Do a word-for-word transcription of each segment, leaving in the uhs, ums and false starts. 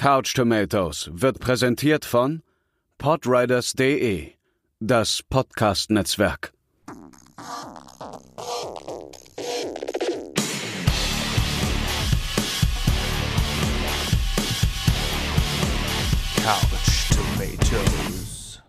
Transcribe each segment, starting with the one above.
Couch Tomatoes wird präsentiert von podriders punkt de, das Podcast-Netzwerk. Couch Tomatoes.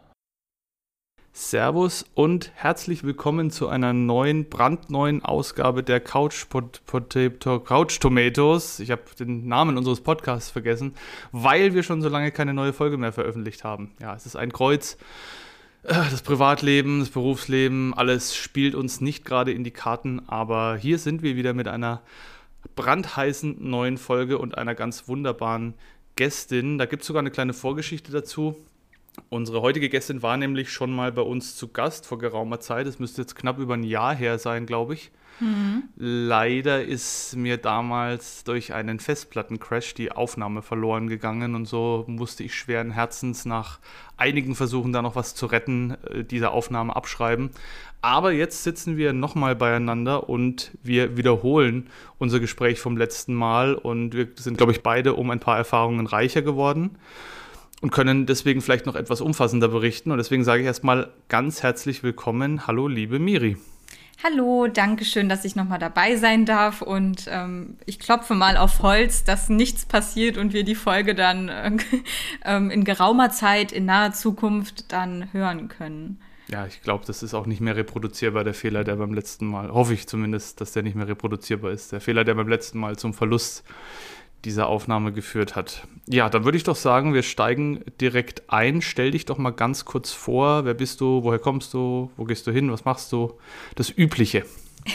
Servus und herzlich willkommen zu einer neuen, brandneuen Ausgabe der Couch, Pot- Potato- Couch Tomatoes. Ich habe den Namen unseres Podcasts vergessen, weil wir schon so lange keine neue Folge mehr veröffentlicht haben. Ja, es ist ein Kreuz. Das Privatleben, das Berufsleben, alles spielt uns nicht gerade in die Karten, aber hier sind wir wieder mit einer brandheißen neuen Folge und einer ganz wunderbaren Gästin. Da gibt es sogar eine kleine Vorgeschichte dazu. Unsere heutige Gästin war nämlich schon mal bei uns zu Gast vor geraumer Zeit. Es müsste jetzt knapp über ein Jahr her sein, glaube ich. Mhm. Leider ist mir damals durch einen Festplattencrash die Aufnahme verloren gegangen und so musste ich schweren Herzens nach einigen Versuchen, da noch was zu retten, diese Aufnahme abschreiben. Aber jetzt sitzen wir nochmal beieinander und wir wiederholen unser Gespräch vom letzten Mal und wir sind, glaube ich, beide um ein paar Erfahrungen reicher geworden und können deswegen vielleicht noch etwas umfassender berichten. Und deswegen sage ich erstmal ganz herzlich willkommen. Hallo, liebe Miri. Hallo, danke schön, dass ich nochmal dabei sein darf. Und ähm, ich klopfe mal auf Holz, dass nichts passiert und wir die Folge dann äh, in geraumer Zeit, in naher Zukunft dann hören können. Ja, ich glaube, das ist auch nicht mehr reproduzierbar, der Fehler, der beim letzten Mal, hoffe ich zumindest, dass der nicht mehr reproduzierbar ist. Der Fehler, der beim letzten Mal zum Verlust dieser Aufnahme geführt hat. Ja, dann würde ich doch sagen, wir steigen direkt ein. Stell dich doch mal ganz kurz vor. Wer bist du? Woher kommst du? Wo gehst du hin? Was machst du? Das Übliche.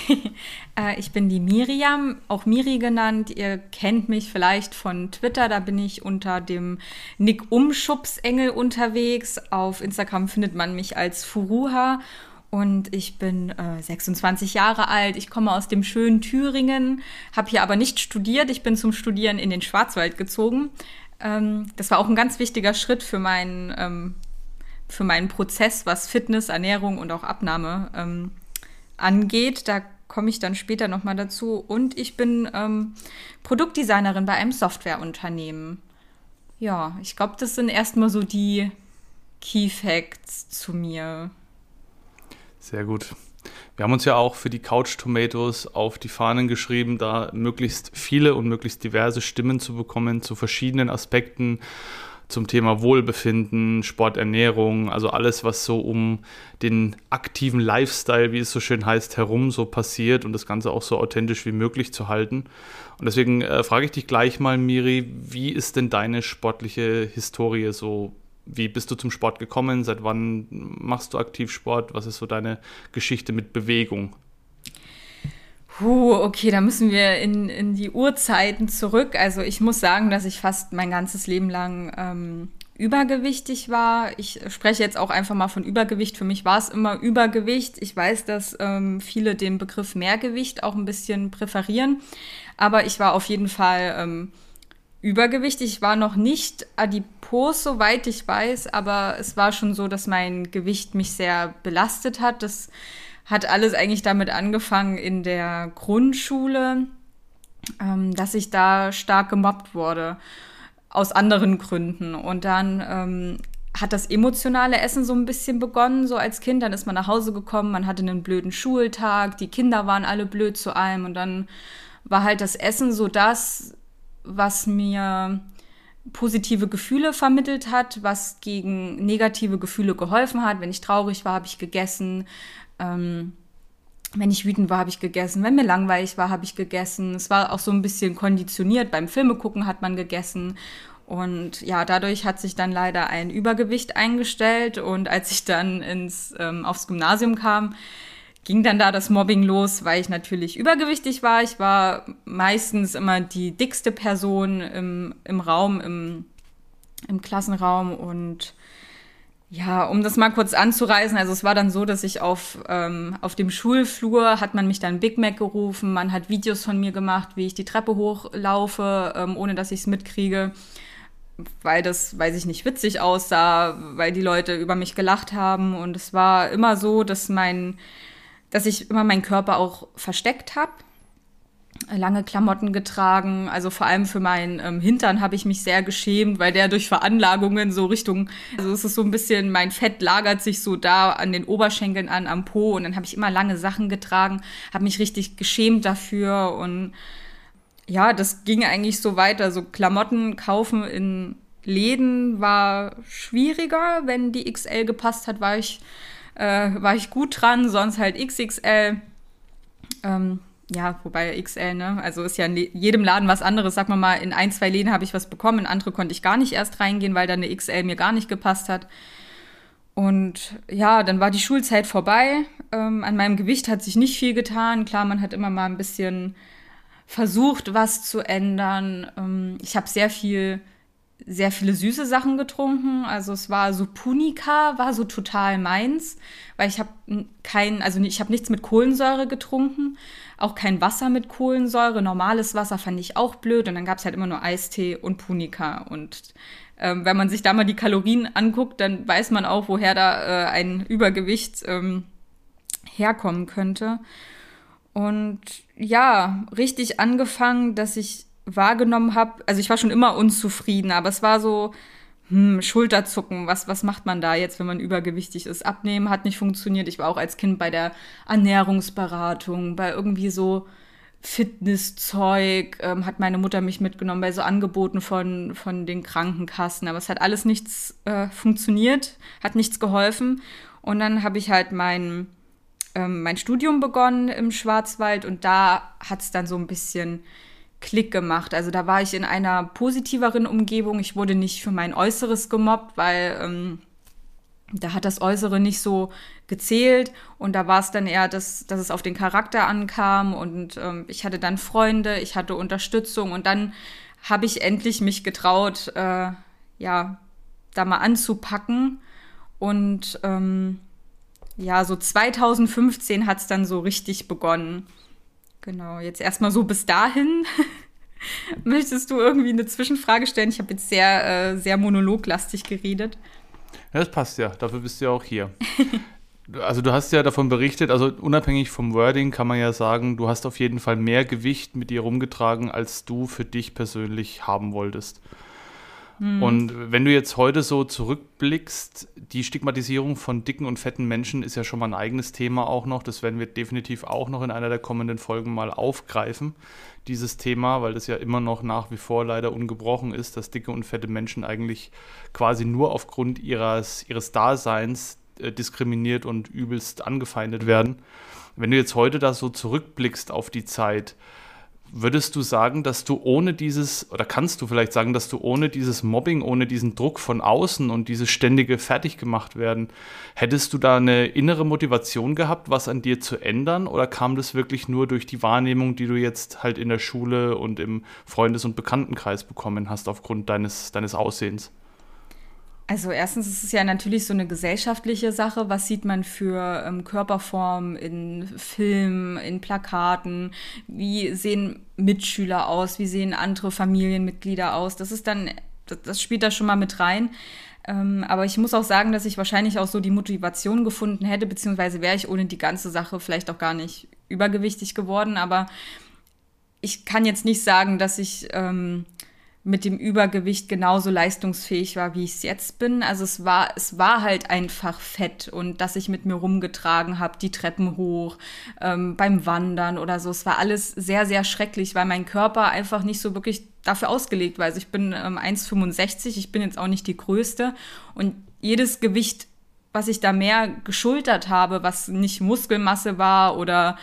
äh, ich bin die Miriam, auch Miri genannt. Ihr kennt mich vielleicht von Twitter. Da bin ich unter dem Nick Umschubsengel unterwegs. Auf Instagram findet man mich als Furuha. Und ich bin äh, sechsundzwanzig Jahre alt, ich komme aus dem schönen Thüringen, habe hier aber nicht studiert, ich bin zum Studieren in den Schwarzwald gezogen. Ähm, das war auch ein ganz wichtiger Schritt für meinen, ähm, für meinen Prozess, was Fitness, Ernährung und auch Abnahme ähm, angeht. Da komme ich dann später nochmal dazu. Und ich bin ähm, Produktdesignerin bei einem Softwareunternehmen. Ja, ich glaube, das sind erstmal so die Key Facts zu mir. Sehr gut. Wir haben uns ja auch für die Couch Tomatoes auf die Fahnen geschrieben, da möglichst viele und möglichst diverse Stimmen zu bekommen zu verschiedenen Aspekten zum Thema Wohlbefinden, Sporternährung, also alles, was so um den aktiven Lifestyle, wie es so schön heißt, herum so passiert und das Ganze auch so authentisch wie möglich zu halten. Und deswegen äh, frage ich dich gleich mal, Miri, wie ist denn deine sportliche Historie so? Wie bist du zum Sport gekommen? Seit wann machst du aktiv Sport? Was ist so deine Geschichte mit Bewegung? Puh, okay, da müssen wir in, in die Urzeiten zurück. Also ich muss sagen, dass ich fast mein ganzes Leben lang ähm, übergewichtig war. Ich spreche jetzt auch einfach mal von Übergewicht. Für mich war es immer Übergewicht. Ich weiß, dass ähm, viele den Begriff Mehrgewicht auch ein bisschen präferieren. Aber ich war auf jeden Fall ähm, übergewichtig. Ich war noch nicht adipos, soweit ich weiß, aber es war schon so, dass mein Gewicht mich sehr belastet hat. Das hat alles eigentlich damit angefangen in der Grundschule, ähm, dass ich da stark gemobbt wurde, aus anderen Gründen. Und dann ähm, hat das emotionale Essen so ein bisschen begonnen, so als Kind. Dann ist man nach Hause gekommen, man hatte einen blöden Schultag, die Kinder waren alle blöd zu einem und dann war halt das Essen so das, was mir positive Gefühle vermittelt hat, was gegen negative Gefühle geholfen hat. Wenn ich traurig war, habe ich gegessen. Ähm, wenn ich wütend war, habe ich gegessen. Wenn mir langweilig war, habe ich gegessen. Es war auch so ein bisschen konditioniert. Beim Filmegucken hat man gegessen. Und ja, dadurch hat sich dann leider ein Übergewicht eingestellt. Und als ich dann ins, ähm, aufs Gymnasium kam, ging dann da das Mobbing los, weil ich natürlich übergewichtig war. Ich war meistens immer die dickste Person im, im Raum, im, im Klassenraum. Und ja, um das mal kurz anzureißen, also es war dann so, dass ich auf, ähm, auf dem Schulflur hat man mich dann Big Mac gerufen. Man hat Videos von mir gemacht, wie ich die Treppe hochlaufe, ähm, ohne dass ich es mitkriege. Weil das, weiß ich nicht, witzig aussah, weil die Leute über mich gelacht haben. Und es war immer so, dass mein... dass ich immer meinen Körper auch versteckt habe. lange Klamotten getragen. Also vor allem für meinen ähm, Hintern habe ich mich sehr geschämt, weil der durch Veranlagungen so Richtung, also es ist so ein bisschen, mein Fett lagert sich so da an den Oberschenkeln an, am Po, und dann habe ich immer lange Sachen getragen, habe mich richtig geschämt dafür, und ja, das ging eigentlich so weiter. So Klamotten kaufen in Läden war schwieriger. Wenn die X L gepasst hat, war ich, äh, war ich gut dran, sonst halt X X L. Ähm, Ja, wobei X L, ne? Also ist ja in jedem Laden was anderes. Sag mal mal, in ein, zwei Läden habe ich was bekommen, in andere konnte ich gar nicht erst reingehen, weil dann eine X L mir gar nicht gepasst hat. Und ja, dann war die Schulzeit vorbei. Ähm, an meinem Gewicht hat sich nicht viel getan. Klar, man hat immer mal ein bisschen versucht, was zu ändern. Ähm, ich habe sehr viel, sehr viele süße Sachen getrunken. Also es war so Punika, war so total meins, weil ich habe kein, also ich habe nichts mit Kohlensäure getrunken. Auch kein Wasser mit Kohlensäure. Normales Wasser fand ich auch blöd. Und dann gab es halt immer nur Eistee und Punika. Und ähm, wenn man sich da mal die Kalorien anguckt, dann weiß man auch, woher da äh, ein Übergewicht ähm, herkommen könnte. Und ja, richtig angefangen, dass ich wahrgenommen habe, also ich war schon immer unzufrieden, aber es war so, Hm, Schulterzucken, was, was macht man da jetzt, wenn man übergewichtig ist? Abnehmen hat nicht funktioniert. Ich war auch als Kind bei der Ernährungsberatung, bei irgendwie so Fitnesszeug, ähm, hat meine Mutter mich mitgenommen, bei so Angeboten von, von den Krankenkassen. Aber es hat alles nichts äh, funktioniert, hat nichts geholfen. Und dann habe ich halt mein, ähm, mein Studium begonnen im Schwarzwald, und da hat es dann so ein bisschen Klick gemacht. Also da war ich in einer positiveren Umgebung. Ich wurde nicht für mein Äußeres gemobbt, weil ähm, da hat das Äußere nicht so gezählt. Und da war es dann eher, dass, dass es auf den Charakter ankam. Und ähm, ich hatte dann Freunde, ich hatte Unterstützung. Und dann habe ich endlich mich getraut, äh, ja, da mal anzupacken. Und ähm, ja, so zwanzig fünfzehn hat es dann so richtig begonnen. Genau, jetzt erstmal so bis dahin. Möchtest du irgendwie eine Zwischenfrage stellen? Ich habe jetzt sehr, äh, sehr monologlastig geredet. Ja, das passt ja. Dafür bist du ja auch hier. Also du hast ja davon berichtet, also unabhängig vom Wording kann man ja sagen, du hast auf jeden Fall mehr Gewicht mit dir rumgetragen, als du für dich persönlich haben wolltest. Hm. Und wenn du jetzt heute so zurückblickst, die Stigmatisierung von dicken und fetten Menschen ist ja schon mal ein eigenes Thema auch noch. Das werden wir definitiv auch noch in einer der kommenden Folgen mal aufgreifen, dieses Thema, weil das ja immer noch nach wie vor leider ungebrochen ist, dass dicke und fette Menschen eigentlich quasi nur aufgrund ihres, ihres Daseins äh, diskriminiert und übelst angefeindet werden. Wenn du jetzt heute da so zurückblickst auf die Zeit, würdest du sagen, dass du ohne dieses, oder kannst du vielleicht sagen, dass du ohne dieses Mobbing, ohne diesen Druck von außen und dieses ständige Fertiggemachtwerden, hättest du da eine innere Motivation gehabt, was an dir zu ändern? Oder kam das wirklich nur durch die Wahrnehmung, die du jetzt halt in der Schule und im Freundes- und Bekanntenkreis bekommen hast, aufgrund deines, deines Aussehens? Also erstens ist es ja natürlich so eine gesellschaftliche Sache. Was sieht man für ähm, Körperformen in Filmen, in Plakaten? Wie sehen Mitschüler aus? Wie sehen andere Familienmitglieder aus? Das ist dann, das, das spielt da schon mal mit rein. Ähm, aber ich muss auch sagen, dass ich wahrscheinlich auch so die Motivation gefunden hätte, beziehungsweise wäre ich ohne die ganze Sache vielleicht auch gar nicht übergewichtig geworden. Aber ich kann jetzt nicht sagen, dass ich ähm, mit dem Übergewicht genauso leistungsfähig war, wie ich es jetzt bin. Also es war, es war halt einfach Fett, und dass ich mit mir rumgetragen habe, die Treppen hoch, ähm, beim Wandern oder so. Es war alles sehr, sehr schrecklich, weil mein Körper einfach nicht so wirklich dafür ausgelegt war. Also ich bin ähm, eins Komma fünfundsechzig, ich bin jetzt auch nicht die Größte, und jedes Gewicht, was ich da mehr geschultert habe, was nicht Muskelmasse war oder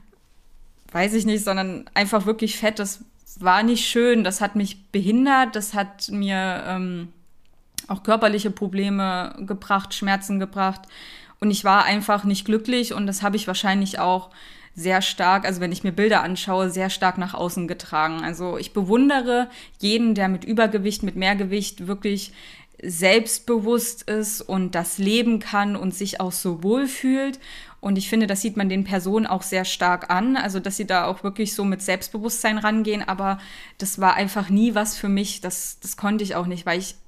weiß ich nicht, sondern einfach wirklich Fett, das war nicht schön, das hat mich behindert, das hat mir ähm, auch körperliche Probleme gebracht, Schmerzen gebracht, und ich war einfach nicht glücklich, und das habe ich wahrscheinlich auch sehr stark, also wenn ich mir Bilder anschaue, sehr stark nach außen getragen. Also ich bewundere jeden, der mit Übergewicht, mit Mehrgewicht wirklich selbstbewusst ist und das leben kann und sich auch so wohlfühlt. Und ich finde, das sieht man den Personen auch sehr stark an, also dass sie da auch wirklich so mit Selbstbewusstsein rangehen. Aber das war einfach nie was für mich, das, das konnte ich auch nicht, weil ich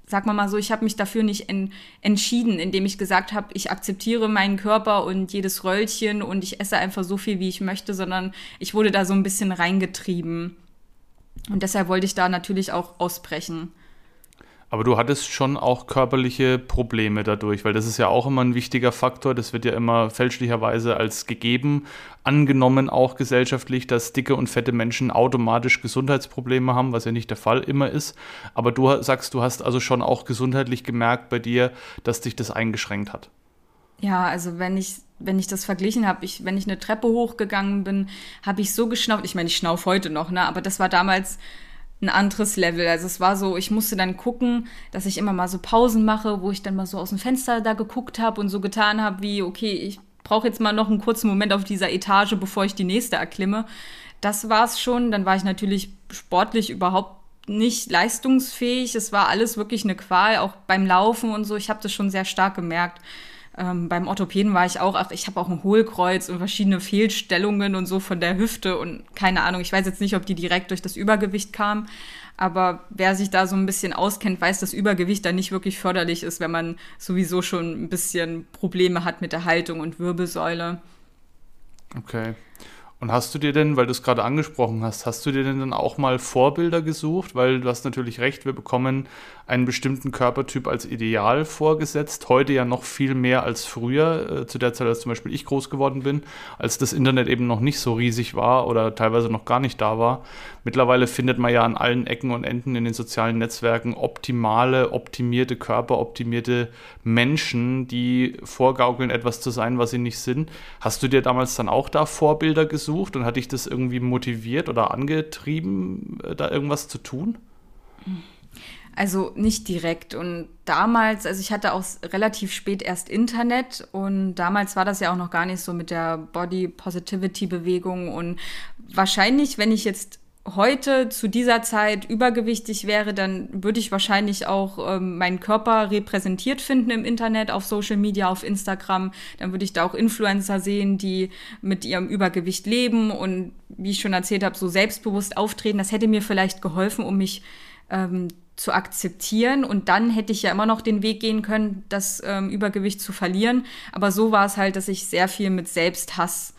sag mal mal so, ich habe mich dafür nicht en- entschieden, indem ich gesagt habe, ich akzeptiere meinen Körper und jedes Röllchen und ich esse einfach so viel, wie ich möchte, sondern ich wurde da so ein bisschen reingetrieben. Und deshalb wollte ich da natürlich auch ausbrechen. Aber du hattest schon auch körperliche Probleme dadurch, weil das ist ja auch immer ein wichtiger Faktor. Das wird ja immer fälschlicherweise als gegeben angenommen, auch gesellschaftlich, dass dicke und fette Menschen automatisch Gesundheitsprobleme haben, was ja nicht der Fall immer ist. Aber du sagst, du hast also schon auch gesundheitlich gemerkt bei dir, dass dich das eingeschränkt hat. Ja, also wenn ich, wenn ich das verglichen habe, ich, wenn ich eine Treppe hochgegangen bin, habe ich so geschnauft. Ich meine, ich schnaufe heute noch, ne? Aber das war damals ein anderes Level. Also es war so, ich musste dann gucken, dass ich immer mal so Pausen mache, wo ich dann mal so aus dem Fenster da geguckt habe und so getan habe, wie, okay, ich brauche jetzt mal noch einen kurzen Moment auf dieser Etage, bevor ich die nächste erklimme. Das war's schon. Dann war ich natürlich sportlich überhaupt nicht leistungsfähig. Es war alles wirklich eine Qual, auch beim Laufen und so. Ich habe das schon sehr stark gemerkt. Ähm, beim Orthopäden war ich auch, ach, ich habe auch ein Hohlkreuz und verschiedene Fehlstellungen und so von der Hüfte und keine Ahnung, ich weiß jetzt nicht, ob die direkt durch das Übergewicht kamen, aber wer sich da so ein bisschen auskennt, weiß, dass Übergewicht dann nicht wirklich förderlich ist, wenn man sowieso schon ein bisschen Probleme hat mit der Haltung und Wirbelsäule. Okay. Und hast du dir denn, weil du es gerade angesprochen hast, hast du dir denn dann auch mal Vorbilder gesucht? Weil du hast natürlich recht, wir bekommen einen bestimmten Körpertyp als Ideal vorgesetzt. Heute ja noch viel mehr als früher, äh, zu der Zeit, als zum Beispiel ich groß geworden bin, als das Internet eben noch nicht so riesig war oder teilweise noch gar nicht da war. Mittlerweile findet man ja an allen Ecken und Enden in den sozialen Netzwerken optimale, optimierte Körper, optimierte Menschen, die vorgaukeln, etwas zu sein, was sie nicht sind. Hast du dir damals dann auch da Vorbilder gesucht und hat dich das irgendwie motiviert oder angetrieben, da irgendwas zu tun? Also nicht direkt. Und damals, also ich hatte auch relativ spät erst Internet und damals war das ja auch noch gar nicht so mit der Body Positivity Bewegung und wahrscheinlich, wenn ich jetzt heute zu dieser Zeit übergewichtig wäre, dann würde ich wahrscheinlich auch ähm, meinen Körper repräsentiert finden im Internet, auf Social Media, auf Instagram. Dann würde ich da auch Influencer sehen, die mit ihrem Übergewicht leben und, wie ich schon erzählt habe, so selbstbewusst auftreten. Das hätte mir vielleicht geholfen, um mich ähm, zu akzeptieren. Und dann hätte ich ja immer noch den Weg gehen können, das ähm, Übergewicht zu verlieren. Aber so war es halt, dass ich sehr viel mit Selbsthass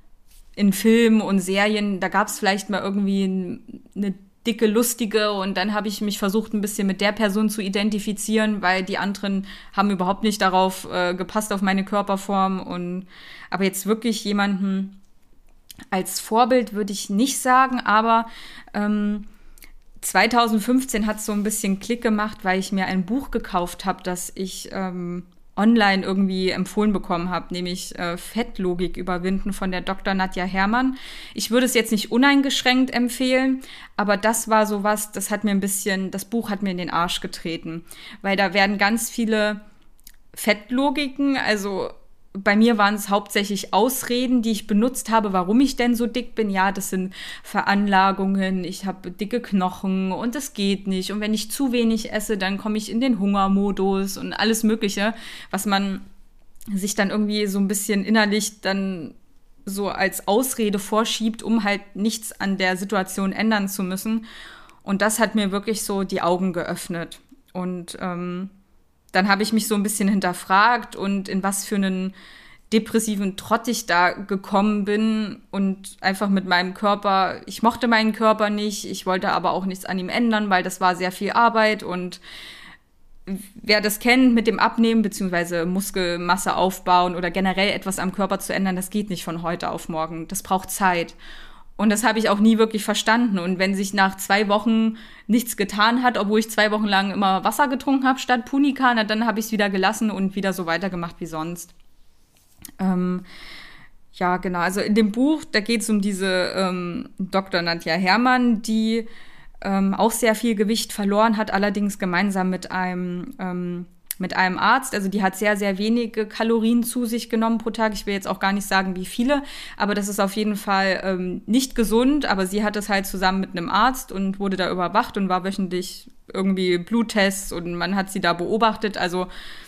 in Filmen und Serien, da gab es vielleicht mal irgendwie eine dicke, lustige und dann habe ich mich versucht, ein bisschen mit der Person zu identifizieren, weil die anderen haben überhaupt nicht darauf äh, gepasst, auf meine Körperform. Und aber jetzt wirklich jemanden als Vorbild würde ich nicht sagen, aber ähm, zwanzig fünfzehn hat es so ein bisschen Klick gemacht, weil ich mir ein Buch gekauft habe, das ich ähm, online irgendwie empfohlen bekommen habe, nämlich äh, Fettlogik überwinden von der Doktor Nadja Herrmann. Ich würde es jetzt nicht uneingeschränkt empfehlen, aber das war sowas, das hat mir ein bisschen, das Buch hat mir in den Arsch getreten, weil da werden ganz viele Fettlogiken, also bei mir waren es hauptsächlich Ausreden, die ich benutzt habe, warum ich denn so dick bin. Ja, das sind Veranlagungen, ich habe dicke Knochen und das geht nicht. Und wenn ich zu wenig esse, dann komme ich in den Hungermodus und alles Mögliche, was man sich dann irgendwie so ein bisschen innerlich dann so als Ausrede vorschiebt, um halt nichts an der Situation ändern zu müssen. Und das hat mir wirklich so die Augen geöffnet. Und ähm, dann habe ich mich so ein bisschen hinterfragt und in was für einen depressiven Trott ich da gekommen bin und einfach mit meinem Körper, ich mochte meinen Körper nicht, ich wollte aber auch nichts an ihm ändern, weil das war sehr viel Arbeit und wer das kennt mit dem Abnehmen bzw. Muskelmasse aufbauen oder generell etwas am Körper zu ändern, das geht nicht von heute auf morgen, das braucht Zeit. Und das habe ich auch nie wirklich verstanden. Und wenn sich nach zwei Wochen nichts getan hat, obwohl ich zwei Wochen lang immer Wasser getrunken habe statt Punika, na, dann habe ich es wieder gelassen und wieder so weitergemacht wie sonst. Ähm, ja, genau. Also in dem Buch, da geht es um diese ähm, Doktor Nadja Herrmann, die ähm, auch sehr viel Gewicht verloren hat, allerdings gemeinsam mit einem ähm, mit einem Arzt, also die hat sehr, sehr wenige Kalorien zu sich genommen pro Tag. Ich will jetzt auch gar nicht sagen, wie viele, aber das ist auf jeden Fall ähm, nicht gesund, aber sie hat das halt zusammen mit einem Arzt und wurde da überwacht und war wöchentlich irgendwie Bluttests und man hat sie da beobachtet, also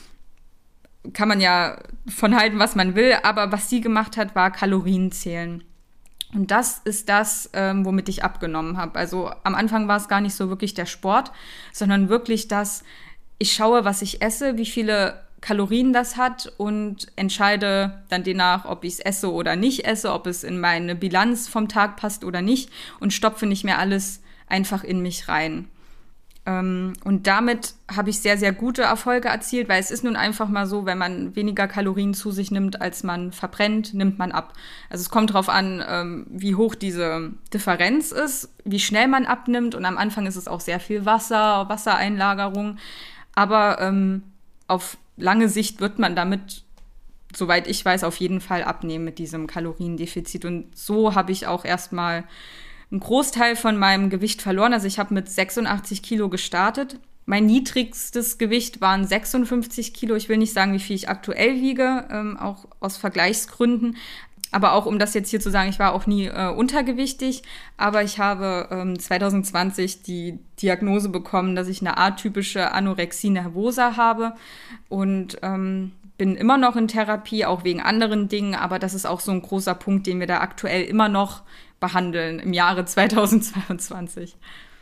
kann man ja von halten, was man will, aber was sie gemacht hat, war Kalorien zählen. Und das ist das, ähm, womit ich abgenommen habe. Also am Anfang war es gar nicht so wirklich der Sport, sondern wirklich das, ich schaue, was ich esse, wie viele Kalorien das hat und entscheide dann demnach, ob ich es esse oder nicht esse, ob es in meine Bilanz vom Tag passt oder nicht und stopfe nicht mehr alles einfach in mich rein. Ähm, und damit habe ich sehr, sehr gute Erfolge erzielt, weil es ist nun einfach mal so, wenn man weniger Kalorien zu sich nimmt, als man verbrennt, nimmt man ab. Also es kommt darauf an, ähm, wie hoch diese Differenz ist, wie schnell man abnimmt und am Anfang ist es auch sehr viel Wasser, Wassereinlagerung, aber ähm, auf lange Sicht wird man damit, soweit ich weiß, auf jeden Fall abnehmen mit diesem Kaloriendefizit. Und so habe ich auch erstmal einen Großteil von meinem Gewicht verloren. Also ich habe mit sechsundachtzig Kilo gestartet. Mein niedrigstes Gewicht waren sechsundfünfzig Kilo. Ich will nicht sagen, wie viel ich aktuell wiege, ähm, auch aus Vergleichsgründen. Aber auch, um das jetzt hier zu sagen, ich war auch nie äh, untergewichtig, aber ich habe ähm, zwanzig zwanzig die Diagnose bekommen, dass ich eine atypische Anorexie nervosa habe und ähm, bin immer noch in Therapie, auch wegen anderen Dingen, aber das ist auch so ein großer Punkt, den wir da aktuell immer noch behandeln im Jahre zweitausendzweiundzwanzig.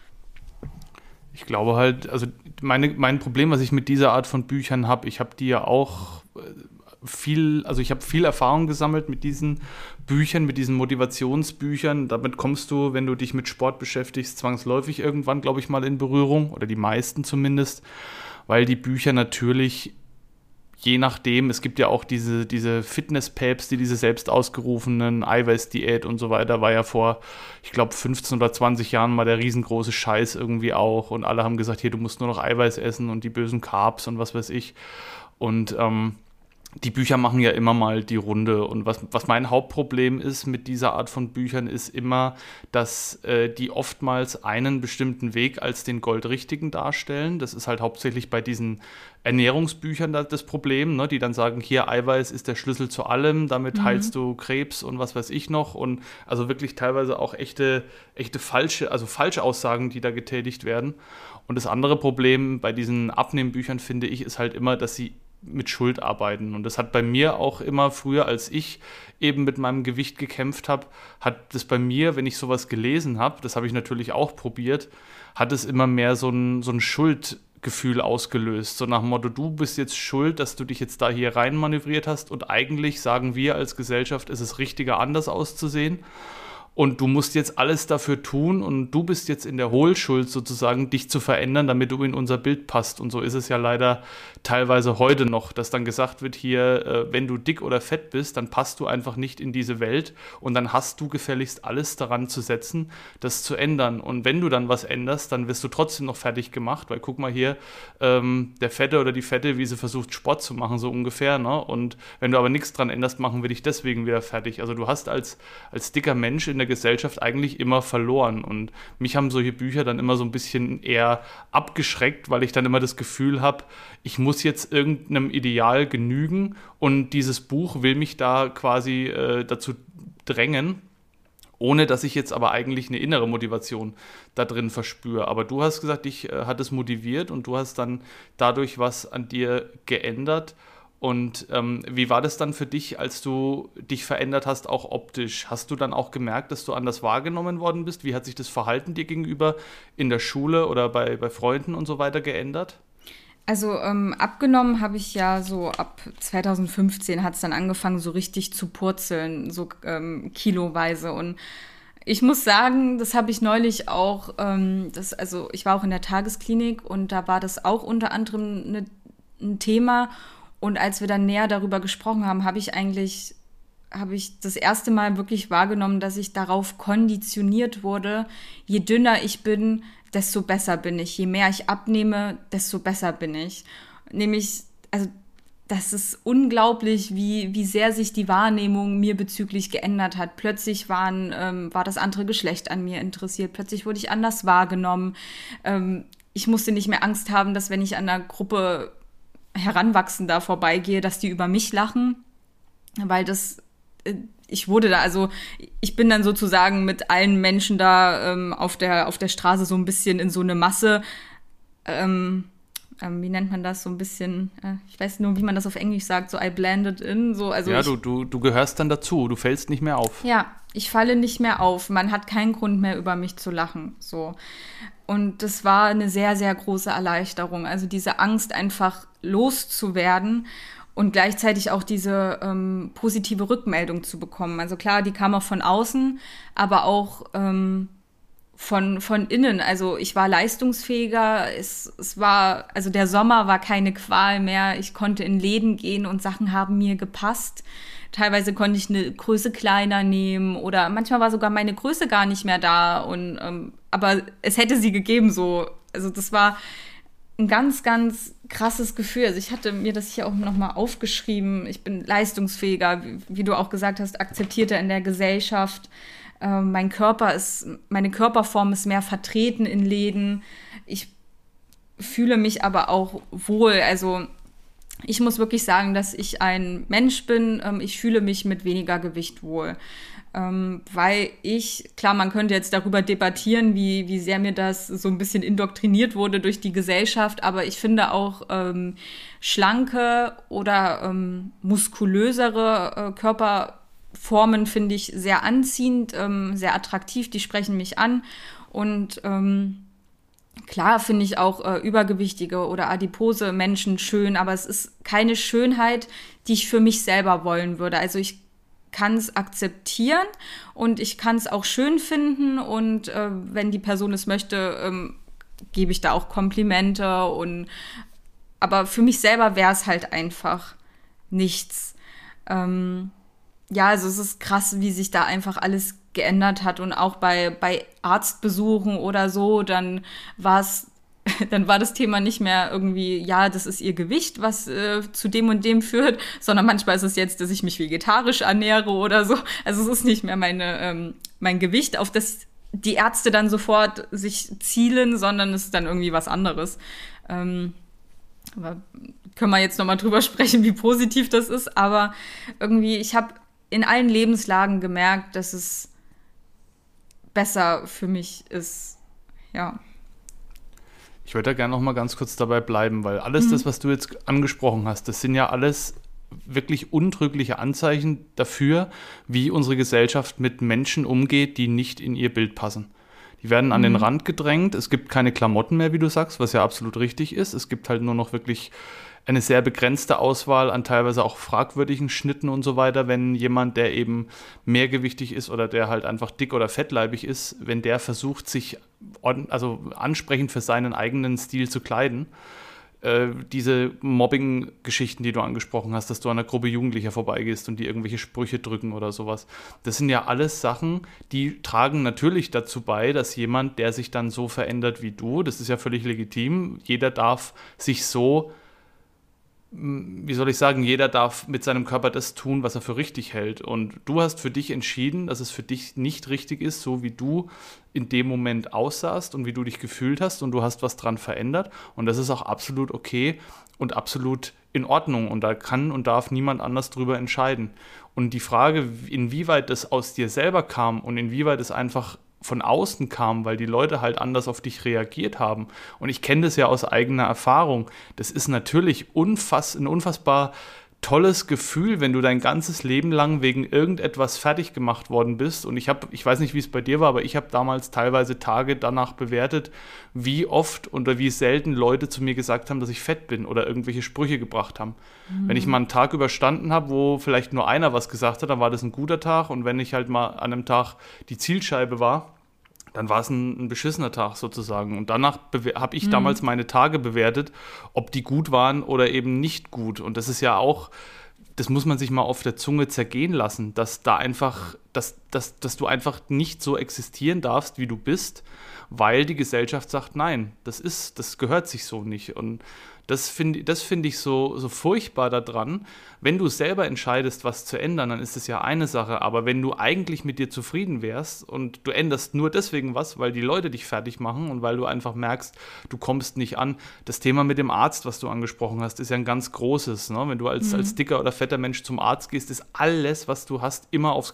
Ich glaube halt, also meine, mein Problem, was ich mit dieser Art von Büchern habe, ich habe die ja auch viel, also ich habe viel Erfahrung gesammelt mit diesen Büchern, mit diesen Motivationsbüchern. Damit kommst du, wenn du dich mit Sport beschäftigst, zwangsläufig irgendwann, glaube ich, mal in Berührung, oder die meisten zumindest, weil die Bücher natürlich je nachdem, es gibt ja auch diese, diese Fitness-Päpste, diese selbst ausgerufenen Eiweißdiät und so weiter, war ja vor, ich glaube, fünfzehn oder zwanzig Jahren mal der riesengroße Scheiß irgendwie auch und alle haben gesagt, hier, du musst nur noch Eiweiß essen und die bösen Carbs und was weiß ich. Und ähm, die Bücher machen ja immer mal die Runde und was, was mein Hauptproblem ist mit dieser Art von Büchern, ist immer, dass äh, die oftmals einen bestimmten Weg als den goldrichtigen darstellen. Das ist halt hauptsächlich bei diesen Ernährungsbüchern das Problem, ne, die dann sagen, hier Eiweiß ist der Schlüssel zu allem, damit mhm. heilst du Krebs und was weiß ich noch und also wirklich teilweise auch echte, echte falsche, also falsche Aussagen, die da getätigt werden. Und das andere Problem bei diesen Abnehmbüchern, finde ich, ist halt immer, dass sie mit Schuld arbeiten. Und das hat bei mir auch immer früher, als ich eben mit meinem Gewicht gekämpft habe, hat das bei mir, wenn ich sowas gelesen habe, das habe ich natürlich auch probiert, hat es immer mehr so ein, so ein Schuldgefühl ausgelöst. So nach dem Motto, du bist jetzt schuld, dass du dich jetzt da hier rein manövriert hast und eigentlich sagen wir als Gesellschaft, ist es richtiger, anders auszusehen. Und du musst jetzt alles dafür tun und du bist jetzt in der Hohlschuld sozusagen, dich zu verändern, damit du in unser Bild passt. Und so ist es ja leider teilweise heute noch, dass dann gesagt wird, hier, äh, wenn du dick oder fett bist, dann passt du einfach nicht in diese Welt und dann hast du gefälligst alles daran zu setzen, das zu ändern. Und wenn du dann was änderst, dann wirst du trotzdem noch fertig gemacht, weil guck mal hier, ähm, der Fette oder die Fette, wie sie versucht Sport zu machen, so ungefähr, ne? Und wenn du aber nichts dran änderst, machen wir dich deswegen wieder fertig. Also du hast als, als dicker Mensch in der Gesellschaft eigentlich immer verloren und mich haben solche Bücher dann immer so ein bisschen eher abgeschreckt, weil ich dann immer das Gefühl habe, ich muss jetzt irgendeinem Ideal genügen und dieses Buch will mich da quasi äh, dazu drängen, ohne dass ich jetzt aber eigentlich eine innere Motivation da drin verspüre. Aber du hast gesagt, dich äh, hat es motiviert und du hast dann dadurch was an dir geändert. Und ähm, wie war das dann für dich, als du dich verändert hast, auch optisch? Hast du dann auch gemerkt, dass du anders wahrgenommen worden bist? Wie hat sich das Verhalten dir gegenüber in der Schule oder bei, bei Freunden und so weiter geändert? Also ähm, abgenommen habe ich ja so ab zwanzig fünfzehn hat es dann angefangen, so richtig zu purzeln, so ähm, kiloweise. Und ich muss sagen, das habe ich neulich auch, ähm, das, also ich war auch in der Tagesklinik und da war das auch unter anderem eine, ein Thema. Und als wir dann näher darüber gesprochen haben, habe ich eigentlich, habe ich das erste Mal wirklich wahrgenommen, dass ich darauf konditioniert wurde, je dünner ich bin, desto besser bin ich. Je mehr ich abnehme, desto besser bin ich. Nämlich, also das ist unglaublich, wie, wie sehr sich die Wahrnehmung mir bezüglich geändert hat. Plötzlich waren, ähm, war das andere Geschlecht an mir interessiert. Plötzlich wurde ich anders wahrgenommen. Ähm, ich musste nicht mehr Angst haben, dass wenn ich an einer Gruppe Heranwachsender vorbeigehe, dass die über mich lachen, weil das, ich wurde da, also ich bin dann sozusagen mit allen Menschen da ähm, auf der, auf der Straße so ein bisschen in so eine Masse ähm, ähm, wie nennt man das, so ein bisschen, äh, ich weiß nur, wie man das auf Englisch sagt, so I blended in. So, also ja, ich, du, du, du gehörst dann dazu, du fällst nicht mehr auf. Ja, ich falle nicht mehr auf. Man hat keinen Grund mehr, über mich zu lachen. So. Und das war eine sehr, sehr große Erleichterung. Also diese Angst, einfach loszuwerden und gleichzeitig auch diese ähm, positive Rückmeldung zu bekommen. Also klar, die kam auch von außen, aber auch ähm, von, von innen. Also ich war leistungsfähiger. Es, es war, also der Sommer war keine Qual mehr. Ich konnte in Läden gehen und Sachen haben mir gepasst. Teilweise konnte ich eine Größe kleiner nehmen oder manchmal war sogar meine Größe gar nicht mehr da. Und, ähm, aber es hätte sie gegeben so. Also das war ein ganz, ganz krasses Gefühl. Also ich hatte mir das hier auch nochmal aufgeschrieben. Ich bin leistungsfähiger, wie, wie du auch gesagt hast, akzeptierter in der Gesellschaft. Ähm, mein Körper ist, meine Körperform ist mehr vertreten in Läden. Ich fühle mich aber auch wohl. Also ich muss wirklich sagen, dass ich ein Mensch bin. Ähm, ich fühle mich mit weniger Gewicht wohl. Ähm, weil ich, klar, man könnte jetzt darüber debattieren, wie, wie sehr mir das so ein bisschen indoktriniert wurde durch die Gesellschaft, aber ich finde auch ähm, schlanke oder ähm, muskulösere äh, Körperformen finde ich sehr anziehend, ähm, sehr attraktiv, die sprechen mich an und ähm, klar finde ich auch äh, übergewichtige oder adipose Menschen schön, aber es ist keine Schönheit, die ich für mich selber wollen würde. Also ich kann es akzeptieren und ich kann es auch schön finden und äh, wenn die Person es möchte, ähm, gebe ich da auch Komplimente und aber für mich selber wäre es halt einfach nichts. Ähm, ja, also es ist krass, wie sich da einfach alles geändert hat und auch bei, bei Arztbesuchen oder so, dann war es dann war das Thema nicht mehr irgendwie, ja, das ist ihr Gewicht, was äh, zu dem und dem führt, sondern manchmal ist es jetzt, dass ich mich vegetarisch ernähre oder so. Also es ist nicht mehr meine, ähm, mein Gewicht, auf das die Ärzte dann sofort sich zielen, sondern es ist dann irgendwie was anderes. Ähm, aber können wir jetzt nochmal drüber sprechen, wie positiv das ist. Aber irgendwie, ich habe in allen Lebenslagen gemerkt, dass es besser für mich ist, ja. Ich würde da gerne noch mal ganz kurz dabei bleiben, weil alles mhm. das, was du jetzt angesprochen hast, das sind ja alles wirklich untrügliche Anzeichen dafür, wie unsere Gesellschaft mit Menschen umgeht, die nicht in ihr Bild passen. Die werden an mhm. den Rand gedrängt, es gibt keine Klamotten mehr, wie du sagst, was ja absolut richtig ist. Es gibt halt nur noch wirklich eine sehr begrenzte Auswahl an teilweise auch fragwürdigen Schnitten und so weiter, wenn jemand, der eben mehrgewichtig ist oder der halt einfach dick oder fettleibig ist, wenn der versucht, sich on, also ansprechend für seinen eigenen Stil zu kleiden. Äh, diese Mobbing-Geschichten, die du angesprochen hast, dass du an einer Gruppe Jugendlicher vorbeigehst und die irgendwelche Sprüche drücken oder sowas. Das sind ja alles Sachen, die tragen natürlich dazu bei, dass jemand, der sich dann so verändert wie du, das ist ja völlig legitim, jeder darf sich so wie soll ich sagen, jeder darf mit seinem Körper das tun, was er für richtig hält. Und du hast für dich entschieden, dass es für dich nicht richtig ist, so wie du in dem Moment aussahst und wie du dich gefühlt hast und du hast was dran verändert. Und das ist auch absolut okay und absolut in Ordnung. Und da kann und darf niemand anders drüber entscheiden. Und die Frage, inwieweit das aus dir selber kam und inwieweit es einfach von außen kam, weil die Leute halt anders auf dich reagiert haben. Und ich kenne das ja aus eigener Erfahrung. Das ist natürlich unfass, ein unfassbar tolles Gefühl, wenn du dein ganzes Leben lang wegen irgendetwas fertig gemacht worden bist. Und ich habe, ich weiß nicht, wie es bei dir war, aber ich habe damals teilweise Tage danach bewertet, wie oft oder wie selten Leute zu mir gesagt haben, dass ich fett bin oder irgendwelche Sprüche gebracht haben. Mhm. Wenn ich mal einen Tag überstanden habe, wo vielleicht nur einer was gesagt hat, dann war das ein guter Tag. Und wenn ich halt mal an einem Tag die Zielscheibe war, dann war es ein, ein beschissener Tag sozusagen. Und danach bewe- habe ich mhm. damals meine Tage bewertet, ob die gut waren oder eben nicht gut. Und das ist ja auch, das muss man sich mal auf der Zunge zergehen lassen, dass da einfach, dass, dass, dass du einfach nicht so existieren darfst, wie du bist, weil die Gesellschaft sagt, nein, das ist, das gehört sich so nicht. Und das finde das find ich so, so furchtbar daran. Wenn du selber entscheidest, was zu ändern, dann ist es ja eine Sache. Aber wenn du eigentlich mit dir zufrieden wärst und du änderst nur deswegen was, weil die Leute dich fertig machen und weil du einfach merkst, du kommst nicht an. Das Thema mit dem Arzt, was du angesprochen hast, ist ja ein ganz großes. Ne? Wenn du als, mhm. als dicker oder fetter Mensch zum Arzt gehst, ist alles, was du hast, immer aufs Gewicht zurückzuführen.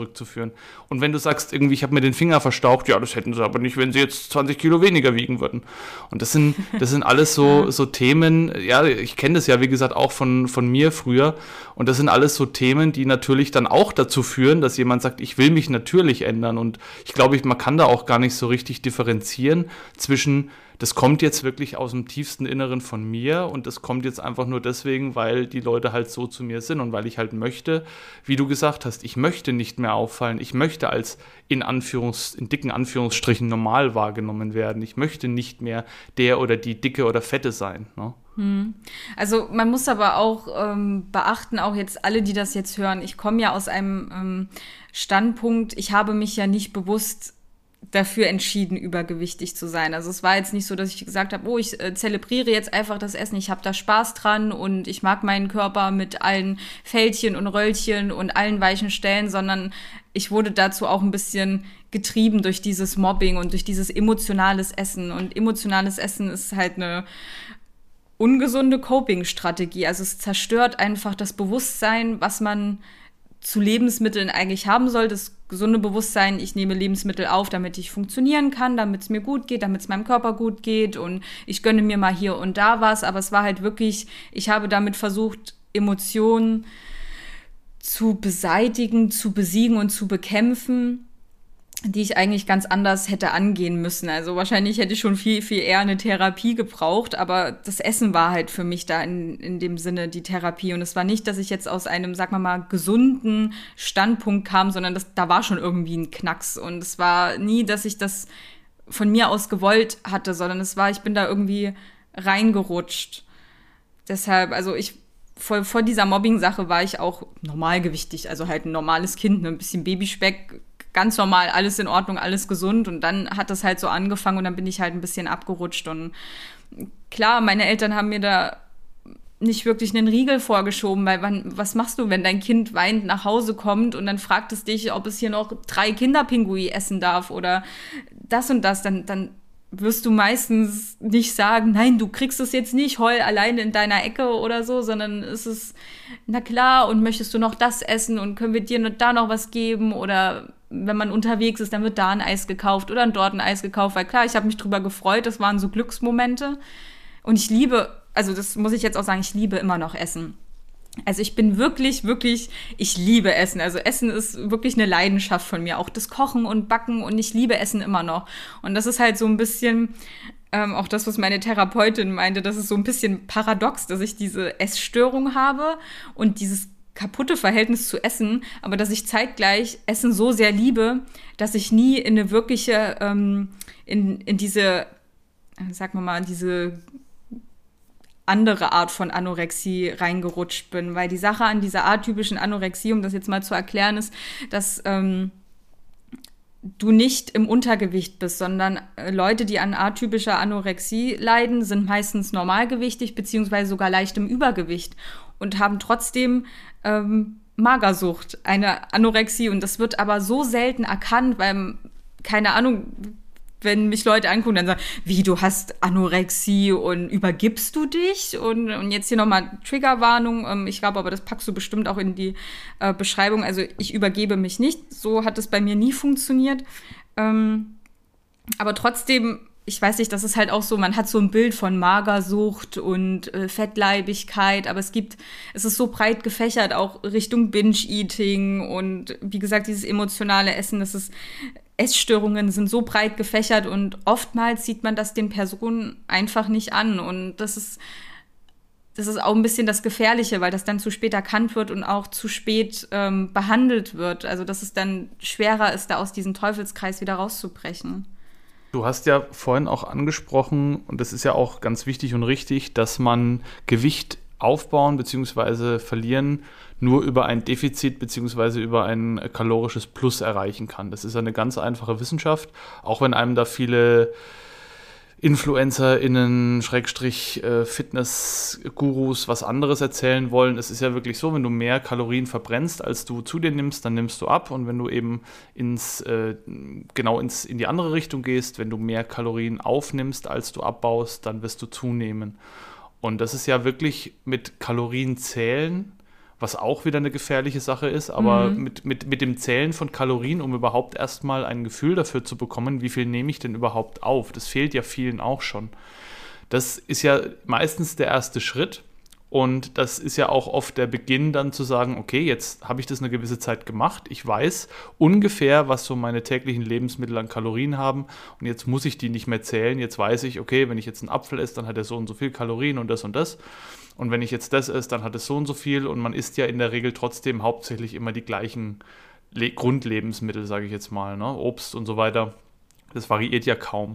zurückzuführen. Und wenn du sagst, irgendwie, ich habe mir den Finger verstaucht, ja, das hätten sie aber nicht, wenn sie jetzt zwanzig Kilo weniger wiegen würden. Und das sind, das sind alles so, so Themen, ja, ich kenne das ja, wie gesagt, auch von, von mir früher. Und das sind alles so Themen, die natürlich dann auch dazu führen, dass jemand sagt, ich will mich natürlich ändern. Und ich glaube, ich, man kann da auch gar nicht so richtig differenzieren zwischen, das kommt jetzt wirklich aus dem tiefsten Inneren von mir und das kommt jetzt einfach nur deswegen, weil die Leute halt so zu mir sind und weil ich halt möchte, wie du gesagt hast, ich möchte nicht mehr auffallen, ich möchte als in Anführungs, in dicken Anführungsstrichen normal wahrgenommen werden. Ich möchte nicht mehr der oder die Dicke oder Fette sein. Ne? Hm. Also man muss aber auch ähm, beachten, auch jetzt alle, die das jetzt hören, ich komme ja aus einem ähm, Standpunkt, ich habe mich ja nicht bewusst dafür entschieden, übergewichtig zu sein. Also es war jetzt nicht so, dass ich gesagt habe, oh, ich äh, zelebriere jetzt einfach das Essen, ich habe da Spaß dran und ich mag meinen Körper mit allen Fältchen und Röllchen und allen weichen Stellen, sondern ich wurde dazu auch ein bisschen getrieben durch dieses Mobbing und durch dieses emotionales Essen. Und emotionales Essen ist halt eine ungesunde Coping-Strategie. Also es zerstört einfach das Bewusstsein, was man zu Lebensmitteln eigentlich haben soll, das gesunde Bewusstsein, ich nehme Lebensmittel auf, damit ich funktionieren kann, damit es mir gut geht, damit es meinem Körper gut geht und ich gönne mir mal hier und da was, aber es war halt wirklich, ich habe damit versucht, Emotionen zu beseitigen, zu besiegen und zu bekämpfen, die ich eigentlich ganz anders hätte angehen müssen. Also wahrscheinlich hätte ich schon viel, viel eher eine Therapie gebraucht, aber das Essen war halt für mich da in, in dem Sinne die Therapie. Und es war nicht, dass ich jetzt aus einem, sag mal mal, gesunden Standpunkt kam, sondern das, da war schon irgendwie ein Knacks. Und es war nie, dass ich das von mir aus gewollt hatte, sondern es war, ich bin da irgendwie reingerutscht. Deshalb, also ich vor, vor dieser Mobbing-Sache war ich auch normalgewichtig, also halt ein normales Kind, ne, ein bisschen Babyspeck, ganz normal, alles in Ordnung, alles gesund und dann hat das halt so angefangen und dann bin ich halt ein bisschen abgerutscht und klar, meine Eltern haben mir da nicht wirklich einen Riegel vorgeschoben, weil wann, was machst du, wenn dein Kind weinend nach Hause kommt und dann fragt es dich, ob es hier noch drei Kinderpingui essen darf oder das und das, dann, dann wirst du meistens nicht sagen, nein, du kriegst es jetzt nicht, heul alleine in deiner Ecke oder so, sondern es ist, na klar, und möchtest du noch das essen und können wir dir da noch was geben oder wenn man unterwegs ist, dann wird da ein Eis gekauft oder dort ein Eis gekauft, weil klar, ich habe mich drüber gefreut, das waren so Glücksmomente und ich liebe, also das muss ich jetzt auch sagen, ich liebe immer noch Essen. Also ich bin wirklich, wirklich, ich liebe Essen. Also Essen ist wirklich eine Leidenschaft von mir. Auch das Kochen und Backen und ich liebe Essen immer noch. Und das ist halt so ein bisschen, ähm, auch das, was meine Therapeutin meinte, das ist so ein bisschen paradox, dass ich diese Essstörung habe und dieses kaputte Verhältnis zu Essen, aber dass ich zeitgleich Essen so sehr liebe, dass ich nie in eine wirkliche, ähm, in, in diese, sagen wir mal, diese andere Art von Anorexie reingerutscht bin, weil die Sache an dieser atypischen Anorexie, um das jetzt mal zu erklären, ist, dass ähm, du nicht im Untergewicht bist, sondern äh, Leute, die an atypischer Anorexie leiden, sind meistens normalgewichtig beziehungsweise sogar leicht im Übergewicht und haben trotzdem ähm, Magersucht, eine Anorexie und das wird aber so selten erkannt, weil, keine Ahnung, wenn mich Leute angucken, dann sagen, wie, du hast Anorexie und übergibst du dich? Und, und jetzt hier nochmal Triggerwarnung. Ähm, ich glaube aber, das packst du bestimmt auch in die äh, Beschreibung. Also ich übergebe mich nicht. So hat es bei mir nie funktioniert. Ähm, aber trotzdem, ich weiß nicht, das ist halt auch so, man hat so ein Bild von Magersucht und äh, Fettleibigkeit, aber es gibt, es ist so breit gefächert, auch Richtung Binge-Eating und wie gesagt, dieses emotionale Essen, das ist Essstörungen sind so breit gefächert und oftmals sieht man das den Personen einfach nicht an und das ist, das ist auch ein bisschen das Gefährliche, weil das dann zu spät erkannt wird und auch zu spät ähm, behandelt wird, also dass es dann schwerer ist, da aus diesem Teufelskreis wieder rauszubrechen. Du hast ja vorhin auch angesprochen, und das ist ja auch ganz wichtig und richtig, dass man Gewicht aufbauen bzw. verlieren nur über ein Defizit bzw. über ein kalorisches Plus erreichen kann. Das ist eine ganz einfache Wissenschaft, auch wenn einem da viele InfluencerInnen, Schrägstrich äh, Fitness-Gurus was anderes erzählen wollen. Es ist ja wirklich so, wenn du mehr Kalorien verbrennst, als du zu dir nimmst, dann nimmst du ab. Und wenn du eben ins, äh, genau ins, in die andere Richtung gehst, wenn du mehr Kalorien aufnimmst, als du abbaust, dann wirst du zunehmen. Und das ist ja wirklich mit Kalorien zählen, was auch wieder eine gefährliche Sache ist, aber Mhm. mit, mit, mit dem Zählen von Kalorien, um überhaupt erstmal ein Gefühl dafür zu bekommen, wie viel nehme ich denn überhaupt auf? Das fehlt ja vielen auch schon. Das ist ja meistens der erste Schritt und das ist ja auch oft der Beginn dann zu sagen, okay, jetzt habe ich das eine gewisse Zeit gemacht, ich weiß ungefähr, was so meine täglichen Lebensmittel an Kalorien haben und jetzt muss ich die nicht mehr zählen, jetzt weiß ich, okay, wenn ich jetzt einen Apfel esse, dann hat er so und so viel Kalorien und das und das und wenn ich jetzt das esse, dann hat es so und so viel und man isst ja in der Regel trotzdem hauptsächlich immer die gleichen Le- Grundlebensmittel, sage ich jetzt mal, ne? Obst und so weiter, das variiert ja kaum.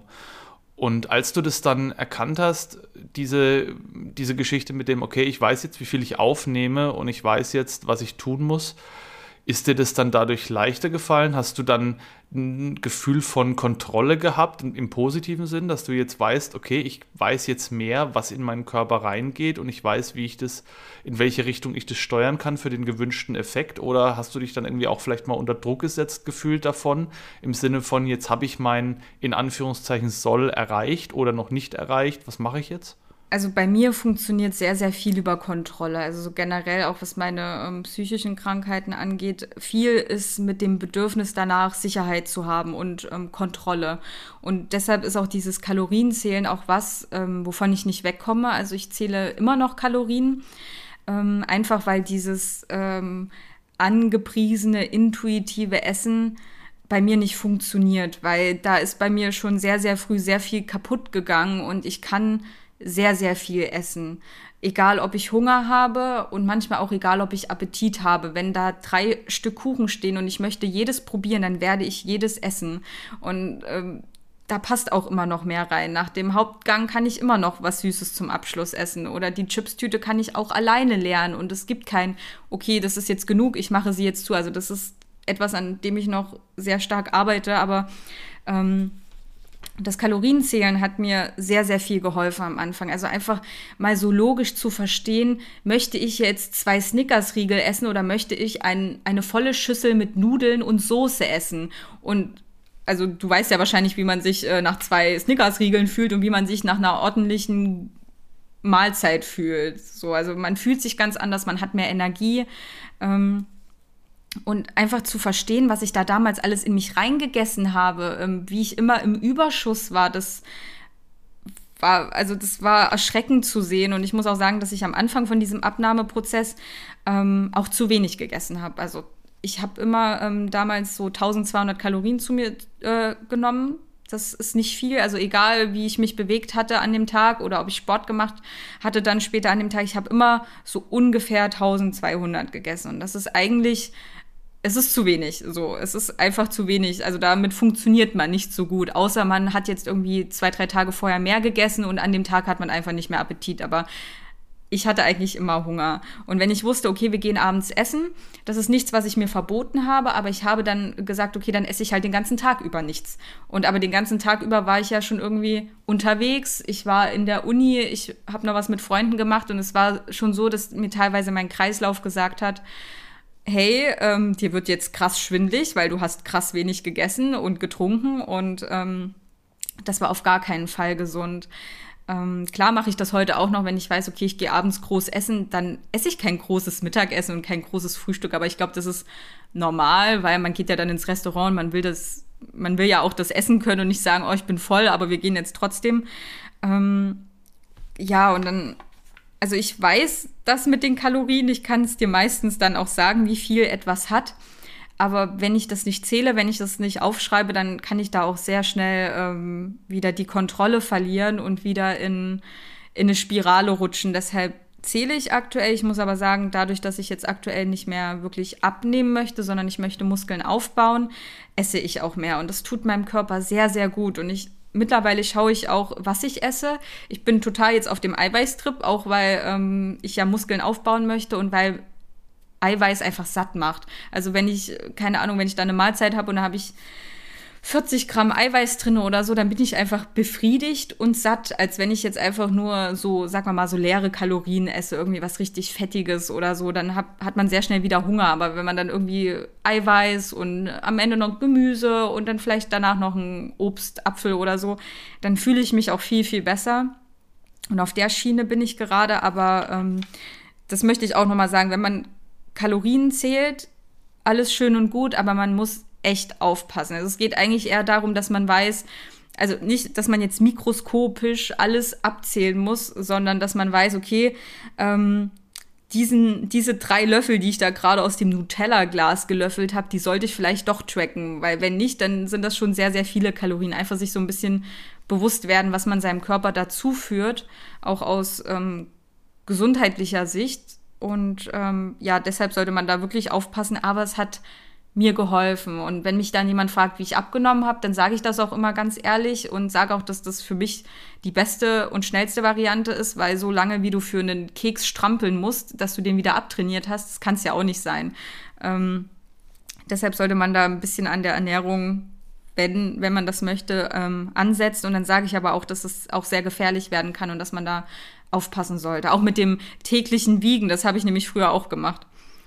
Und als du das dann erkannt hast, diese, diese Geschichte mit dem, okay, ich weiß jetzt, wie viel ich aufnehme und ich weiß jetzt, was ich tun muss, ist dir das dann dadurch leichter gefallen? Hast du dann ein Gefühl von Kontrolle gehabt, im positiven Sinn, dass du jetzt weißt, okay, ich weiß jetzt mehr, was in meinen Körper reingeht und ich weiß, wie ich das, in welche Richtung ich das steuern kann für den gewünschten Effekt? Oder hast du dich dann irgendwie auch vielleicht mal unter Druck gesetzt gefühlt davon, im Sinne von, jetzt habe ich mein, in Anführungszeichen, Soll erreicht oder noch nicht erreicht, was mache ich jetzt? Also bei mir funktioniert sehr, sehr viel über Kontrolle. Also so generell auch was meine ähm, psychischen Krankheiten angeht. Viel ist mit dem Bedürfnis danach, Sicherheit zu haben und ähm, Kontrolle. Und deshalb ist auch dieses Kalorienzählen auch was, ähm, wovon ich nicht wegkomme. Also ich zähle immer noch Kalorien, ähm, einfach weil dieses ähm, angepriesene, intuitive Essen bei mir nicht funktioniert. Weil da ist bei mir schon sehr, sehr früh sehr viel kaputt gegangen und ich kann sehr, sehr viel essen. Egal, ob ich Hunger habe und manchmal auch egal, ob ich Appetit habe. Wenn da drei Stück Kuchen stehen und ich möchte jedes probieren, dann werde ich jedes essen. Und ähm, da passt auch immer noch mehr rein. Nach dem Hauptgang kann ich immer noch was Süßes zum Abschluss essen. Oder die Chipstüte kann ich auch alleine leeren. Und es gibt kein, okay, das ist jetzt genug, ich mache sie jetzt zu. Also das ist etwas, an dem ich noch sehr stark arbeite. Aber ähm, das Kalorienzählen hat mir sehr, sehr viel geholfen am Anfang. Also einfach mal so logisch zu verstehen, möchte ich jetzt zwei Snickers-Riegel essen oder möchte ich ein, eine volle Schüssel mit Nudeln und Soße essen? Und also du weißt ja wahrscheinlich, wie man sich äh, nach zwei Snickers-Riegeln fühlt und wie man sich nach einer ordentlichen Mahlzeit fühlt. So, also man fühlt sich ganz anders, man hat mehr Energie. Ähm, Und einfach zu verstehen, was ich da damals alles in mich reingegessen habe, ähm, wie ich immer im Überschuss war, das war, also das war erschreckend zu sehen. Und ich muss auch sagen, dass ich am Anfang von diesem Abnahmeprozess ähm, auch zu wenig gegessen habe. Also ich habe immer ähm, damals so eintausendzweihundert Kalorien zu mir äh, genommen. Das ist nicht viel, also egal, wie ich mich bewegt hatte an dem Tag oder ob ich Sport gemacht hatte dann später an dem Tag, ich habe immer so ungefähr eintausendzweihundert gegessen. Und das ist eigentlich, es ist zu wenig, so, es ist einfach zu wenig. Also damit funktioniert man nicht so gut, außer man hat jetzt irgendwie zwei, drei Tage vorher mehr gegessen und an dem Tag hat man einfach nicht mehr Appetit. Aber ich hatte eigentlich immer Hunger. Und wenn ich wusste, okay, wir gehen abends essen, das ist nichts, was ich mir verboten habe, aber ich habe dann gesagt, okay, dann esse ich halt den ganzen Tag über nichts. Und aber den ganzen Tag über war ich ja schon irgendwie unterwegs. Ich war in der Uni, ich habe noch was mit Freunden gemacht und es war schon so, dass mir teilweise mein Kreislauf gesagt hat, hey, ähm, dir wird jetzt krass schwindelig, weil du hast krass wenig gegessen und getrunken und ähm, das war auf gar keinen Fall gesund. Ähm, klar mache ich das heute auch noch, wenn ich weiß, okay, ich gehe abends groß essen, dann esse ich kein großes Mittagessen und kein großes Frühstück, aber ich glaube, das ist normal, weil man geht ja dann ins Restaurant, man will das, man will ja auch das essen können und nicht sagen, oh, ich bin voll, aber wir gehen jetzt trotzdem. Ähm, ja, und dann, also ich weiß das mit den Kalorien, ich kann es dir meistens dann auch sagen, wie viel etwas hat. Aber wenn ich das nicht zähle, wenn ich das nicht aufschreibe, dann kann ich da auch sehr schnell ähm, wieder die Kontrolle verlieren und wieder in, in eine Spirale rutschen. Deshalb zähle ich aktuell. Ich muss aber sagen, dadurch, dass ich jetzt aktuell nicht mehr wirklich abnehmen möchte, sondern ich möchte Muskeln aufbauen, esse ich auch mehr. Und das tut meinem Körper sehr, sehr gut. Und ich mittlerweile schaue ich auch, was ich esse. Ich bin total jetzt auf dem Eiweißtrip, auch weil ähm, ich ja Muskeln aufbauen möchte und weil Eiweiß einfach satt macht. Also wenn ich, keine Ahnung, wenn ich da eine Mahlzeit habe und da habe ich vierzig Gramm Eiweiß drin oder so, dann bin ich einfach befriedigt und satt, als wenn ich jetzt einfach nur so, sag mal mal, so leere Kalorien esse, irgendwie was richtig Fettiges oder so, dann hab, hat man sehr schnell wieder Hunger. Aber wenn man dann irgendwie Eiweiß und am Ende noch Gemüse und dann vielleicht danach noch ein Obst, Apfel oder so, dann fühle ich mich auch viel, viel besser. Und auf der Schiene bin ich gerade, aber ähm, das möchte ich auch nochmal sagen, wenn man Kalorien zählt, alles schön und gut, aber man muss echt aufpassen. Also es geht eigentlich eher darum, dass man weiß, also nicht, dass man jetzt mikroskopisch alles abzählen muss, sondern dass man weiß, okay, ähm, diesen, diese drei Löffel, die ich da gerade aus dem Nutella-Glas gelöffelt habe, die sollte ich vielleicht doch tracken, weil wenn nicht, dann sind das schon sehr, sehr viele Kalorien. Einfach sich so ein bisschen bewusst werden, was man seinem Körper dazu führt, auch aus ähm, gesundheitlicher Sicht. Und ähm, ja, deshalb sollte man da wirklich aufpassen, aber es hat mir geholfen. Und wenn mich dann jemand fragt, wie ich abgenommen habe, dann sage ich das auch immer ganz ehrlich und sage auch, dass das für mich die beste und schnellste Variante ist, weil so lange, wie du für einen Keks strampeln musst, dass du den wieder abtrainiert hast, das kann es ja auch nicht sein. Ähm, deshalb sollte man da ein bisschen an der Ernährung, wenn, wenn man das möchte, ähm, ansetzt. Und dann sage ich aber auch, dass es auch sehr gefährlich werden kann und dass man da aufpassen sollte. Auch mit dem täglichen Wiegen, das habe ich nämlich früher auch gemacht.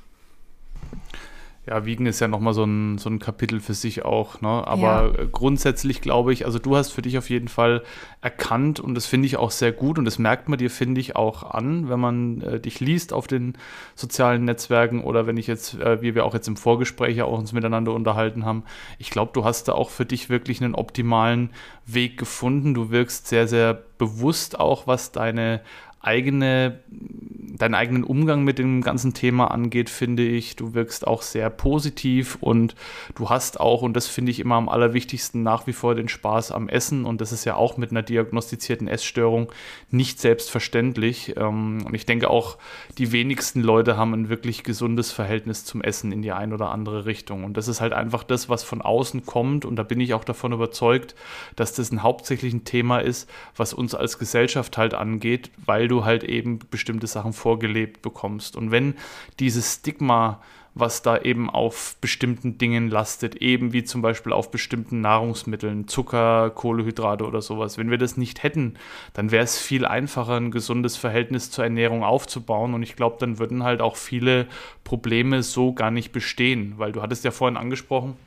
Ja, Wiegen ist ja nochmal so ein, so ein Kapitel für sich auch, ne? Aber ja. Grundsätzlich glaube ich, also du hast für dich auf jeden Fall erkannt und das finde ich auch sehr gut und das merkt man dir, finde ich, auch an, wenn man äh, dich liest auf den sozialen Netzwerken oder wenn ich jetzt, äh, wie wir auch jetzt im Vorgespräch ja auch uns miteinander unterhalten haben. Ich glaube, du hast da auch für dich wirklich einen optimalen Weg gefunden. Du wirkst sehr, sehr bewusst auch, was deine eigene, deinen eigenen Umgang mit dem ganzen Thema angeht, finde ich. Du wirkst auch sehr positiv und du hast auch, und das finde ich immer am allerwichtigsten, nach wie vor den Spaß am Essen und das ist ja auch mit einer diagnostizierten Essstörung nicht selbstverständlich. Und ich denke auch, die wenigsten Leute haben ein wirklich gesundes Verhältnis zum Essen in die eine oder andere Richtung und das ist halt einfach das, was von außen kommt und da bin ich auch davon überzeugt, dass das ein hauptsächlich ein Thema ist, was uns als Gesellschaft halt angeht, weil du halt eben bestimmte Sachen vorgelebt bekommst. Und wenn dieses Stigma, was da eben auf bestimmten Dingen lastet, eben wie zum Beispiel auf bestimmten Nahrungsmitteln, Zucker, Kohlenhydrate oder sowas, wenn wir das nicht hätten, dann wäre es viel einfacher, ein gesundes Verhältnis zur Ernährung aufzubauen und ich glaube, dann würden halt auch viele Probleme so gar nicht bestehen, weil du hattest ja vorhin angesprochen,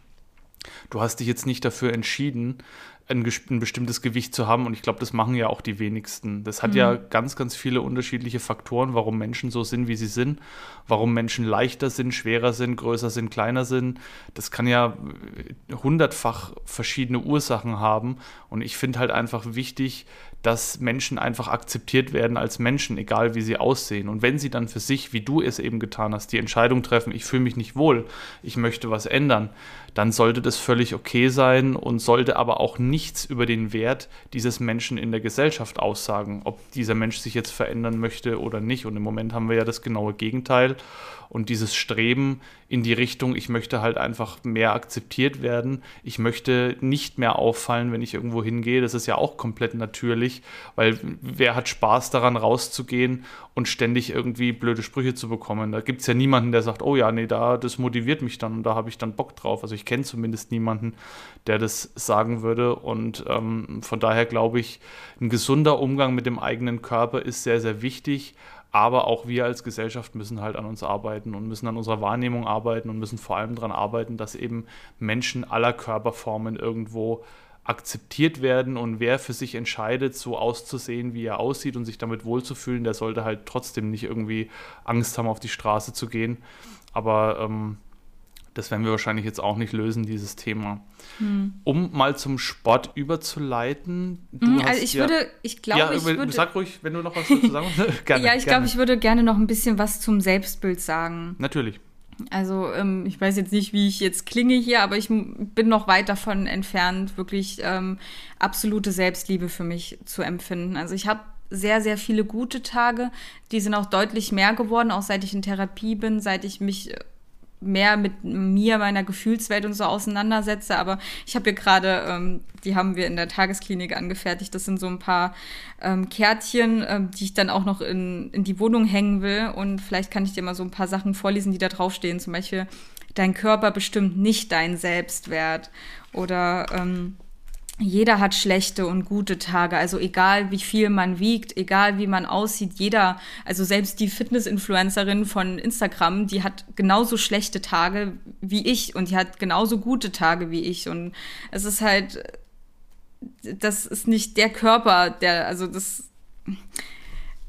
du hast dich jetzt nicht dafür entschieden, ein, ein bestimmtes Gewicht zu haben und ich glaube, das machen ja auch die wenigsten. Das hat mhm. ja ganz, ganz viele unterschiedliche Faktoren, warum Menschen so sind, wie sie sind, warum Menschen leichter sind, schwerer sind, größer sind, kleiner sind. Das kann ja hundertfach verschiedene Ursachen haben und ich finde halt einfach wichtig, dass Menschen einfach akzeptiert werden als Menschen, egal wie sie aussehen. Und wenn sie dann für sich, wie du es eben getan hast, die Entscheidung treffen, ich fühle mich nicht wohl, ich möchte was ändern, dann sollte das völlig okay sein und sollte aber auch nichts über den Wert dieses Menschen in der Gesellschaft aussagen, ob dieser Mensch sich jetzt verändern möchte oder nicht. Und im Moment haben wir ja das genaue Gegenteil. Und dieses Streben in die Richtung, ich möchte halt einfach mehr akzeptiert werden, ich möchte nicht mehr auffallen, wenn ich irgendwo hingehe, das ist ja auch komplett natürlich, weil wer hat Spaß daran, rauszugehen und ständig irgendwie blöde Sprüche zu bekommen? Da gibt es ja niemanden, der sagt, oh ja, nee, da, das motiviert mich dann und da habe ich dann Bock drauf. Also ich kenne zumindest niemanden, der das sagen würde und ähm, von daher glaube ich, ein gesunder Umgang mit dem eigenen Körper ist sehr, sehr wichtig. Aber auch wir als Gesellschaft müssen halt an uns arbeiten und müssen an unserer Wahrnehmung arbeiten und müssen vor allem daran arbeiten, dass eben Menschen aller Körperformen irgendwo akzeptiert werden und wer für sich entscheidet, so auszusehen, wie er aussieht und sich damit wohlzufühlen, der sollte halt trotzdem nicht irgendwie Angst haben, auf die Straße zu gehen. Aber ähm, das werden wir wahrscheinlich jetzt auch nicht lösen, dieses Thema. Hm. Um mal zum Sport überzuleiten. Du hm, hast also ich ja, würde, ich glaube, ja, ich würde... Sag ruhig, wenn du noch was dazu sagen willst. Gerne, ja, ich glaube, ich würde gerne noch ein bisschen was zum Selbstbild sagen. Natürlich. Also ähm, ich weiß jetzt nicht, wie ich jetzt klinge hier, aber ich bin noch weit davon entfernt, wirklich ähm, absolute Selbstliebe für mich zu empfinden. Also ich habe sehr, sehr viele gute Tage. Die sind auch deutlich mehr geworden, auch seit ich in Therapie bin, seit ich mich mehr mit mir, meiner Gefühlswelt und so auseinandersetze, aber ich habe hier gerade, ähm, die haben wir in der Tagesklinik angefertigt, das sind so ein paar ähm, Kärtchen, ähm, die ich dann auch noch in, in die Wohnung hängen will und vielleicht kann ich dir mal so ein paar Sachen vorlesen, die da draufstehen, zum Beispiel, dein Körper bestimmt nicht deinen Selbstwert oder ähm, jeder hat schlechte und gute Tage, also egal wie viel man wiegt, egal wie man aussieht, jeder, also selbst die Fitness-Influencerin von Instagram, die hat genauso schlechte Tage wie ich und die hat genauso gute Tage wie ich und es ist halt, das ist nicht der Körper, der, also das, ich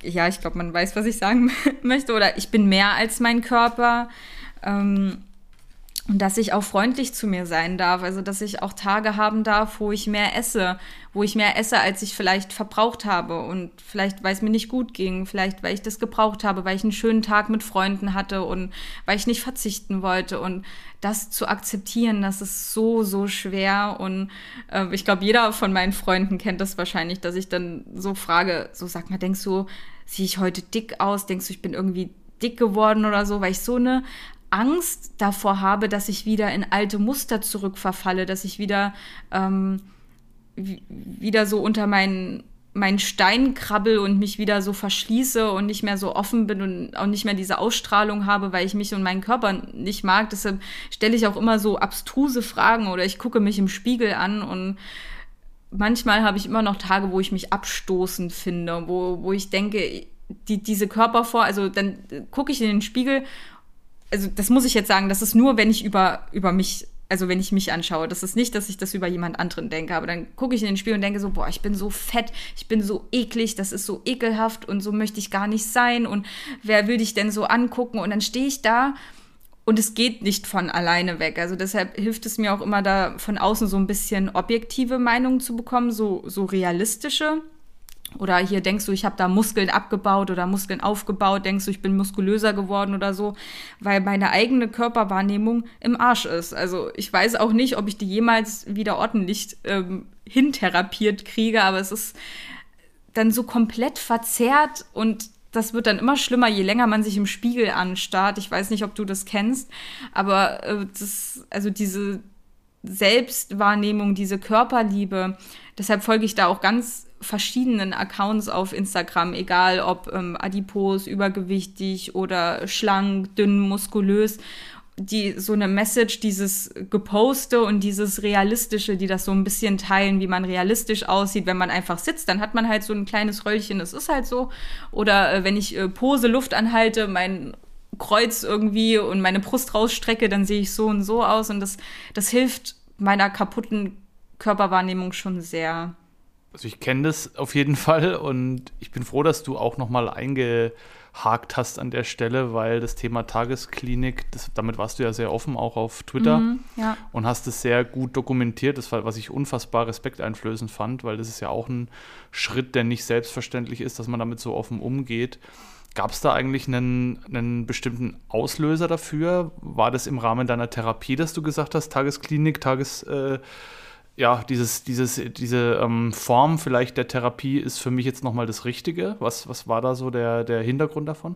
ja, ich glaube, man weiß, was ich sagen möchte. Oder ich bin mehr als mein Körper. Ähm, Und dass ich auch freundlich zu mir sein darf, also dass ich auch Tage haben darf, wo ich mehr esse, wo ich mehr esse, als ich vielleicht verbraucht habe und vielleicht, weil es mir nicht gut ging, vielleicht, weil ich das gebraucht habe, weil ich einen schönen Tag mit Freunden hatte und weil ich nicht verzichten wollte und das zu akzeptieren, das ist so, so schwer und äh, ich glaube, jeder von meinen Freunden kennt das wahrscheinlich, dass ich dann so frage, so sag mal, denkst du, sehe ich heute dick aus, denkst du, ich bin irgendwie dick geworden oder so, weil ich so eine Angst davor habe, dass ich wieder in alte Muster zurückverfalle, dass ich wieder ähm, w- wieder so unter meinen meinen Stein krabbel und mich wieder so verschließe und nicht mehr so offen bin und auch nicht mehr diese Ausstrahlung habe, weil ich mich und meinen Körper nicht mag. Deshalb stelle ich auch immer so abstruse Fragen oder ich gucke mich im Spiegel an und manchmal habe ich immer noch Tage, wo ich mich abstoßend finde, wo, wo ich denke, die, diese Körperform, also dann gucke ich in den Spiegel. Also das muss ich jetzt sagen, das ist nur, wenn ich über, über mich, also wenn ich mich anschaue. Das ist nicht, dass ich das über jemand anderen denke. Aber dann gucke ich in den Spiegel und denke so, boah, ich bin so fett, ich bin so eklig, das ist so ekelhaft und so möchte ich gar nicht sein. Und wer will dich denn so angucken? Und dann stehe ich da und es geht nicht von alleine weg. Also deshalb hilft es mir auch immer da von außen so ein bisschen objektive Meinungen zu bekommen, so, so realistische. Oder hier denkst du, ich habe da Muskeln abgebaut oder Muskeln aufgebaut, denkst du, ich bin muskulöser geworden oder so, weil meine eigene Körperwahrnehmung im Arsch ist. Also ich weiß auch nicht, ob ich die jemals wieder ordentlich ähm, hintherapiert kriege, aber es ist dann so komplett verzerrt und das wird dann immer schlimmer, je länger man sich im Spiegel anstarrt. Ich weiß nicht, ob du das kennst, aber äh, das, also diese Selbstwahrnehmung, diese Körperliebe, deshalb folge ich da auch ganz verschiedenen Accounts auf Instagram, egal ob ähm, adipos, übergewichtig oder schlank, dünn, muskulös, die so eine Message, dieses Geposte und dieses Realistische, die das so ein bisschen teilen, wie man realistisch aussieht, wenn man einfach sitzt, dann hat man halt so ein kleines Röllchen, das ist halt so. Oder äh, wenn ich äh, Pose, Luft anhalte, mein Kreuz irgendwie und meine Brust rausstrecke, dann sehe ich so und so aus und das, das hilft meiner kaputten Körperwahrnehmung schon sehr. Also ich kenne das auf jeden Fall und ich bin froh, dass du auch nochmal eingehakt hast an der Stelle, weil das Thema Tagesklinik, das, damit warst du ja sehr offen, auch auf Twitter, Mhm, ja. und hast es sehr gut dokumentiert, das war, was ich unfassbar respekteinflößend fand, weil das ist ja auch ein Schritt, der nicht selbstverständlich ist, dass man damit so offen umgeht. Gab es da eigentlich einen, einen bestimmten Auslöser dafür? War das im Rahmen deiner Therapie, dass du gesagt hast, Tagesklinik, Tages... Äh, ja, dieses, dieses, diese ähm, Form vielleicht der Therapie ist für mich jetzt nochmal das Richtige. Was, was war da so der, der Hintergrund davon?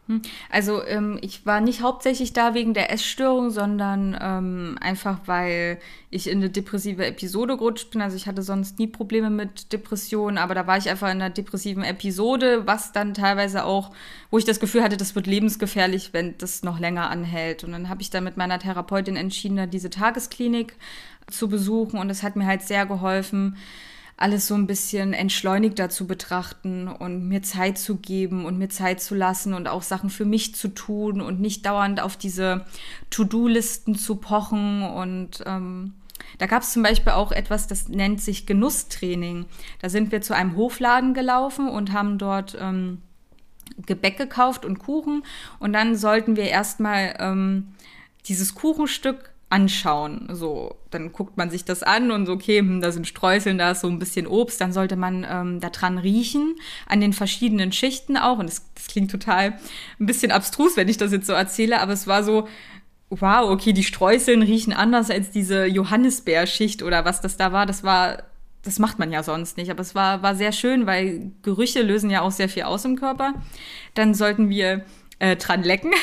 Also ähm, ich war nicht hauptsächlich da wegen der Essstörung, sondern ähm, einfach, weil ich in eine depressive Episode gerutscht bin. Also ich hatte sonst nie Probleme mit Depressionen, aber da war ich einfach in einer depressiven Episode, was dann teilweise auch, wo ich das Gefühl hatte, das wird lebensgefährlich, wenn das noch länger anhält. Und dann habe ich dann mit meiner Therapeutin entschieden, da diese Tagesklinik zu besuchen und es hat mir halt sehr geholfen, alles so ein bisschen entschleunigter zu betrachten und mir Zeit zu geben und mir Zeit zu lassen und auch Sachen für mich zu tun und nicht dauernd auf diese To-Do-Listen zu pochen. Und ähm, da gab es zum Beispiel auch etwas, das nennt sich Genusstraining. Da sind wir zu einem Hofladen gelaufen und haben dort ähm, Gebäck gekauft und Kuchen und dann sollten wir erstmal ähm, dieses Kuchenstück anschauen. So, dann guckt man sich das an und so, okay, hm, da sind Streuseln, da ist so ein bisschen Obst, dann sollte man ähm, da dran riechen, an den verschiedenen Schichten auch. Und das, das klingt total ein bisschen abstrus, wenn ich das jetzt so erzähle, aber es war so, wow, okay, die Streuseln riechen anders als diese Johannisbeerschicht oder was das da war. Das war, das macht man ja sonst nicht, aber es war, war sehr schön, weil Gerüche lösen ja auch sehr viel aus im Körper. Dann sollten wir Äh, dran lecken,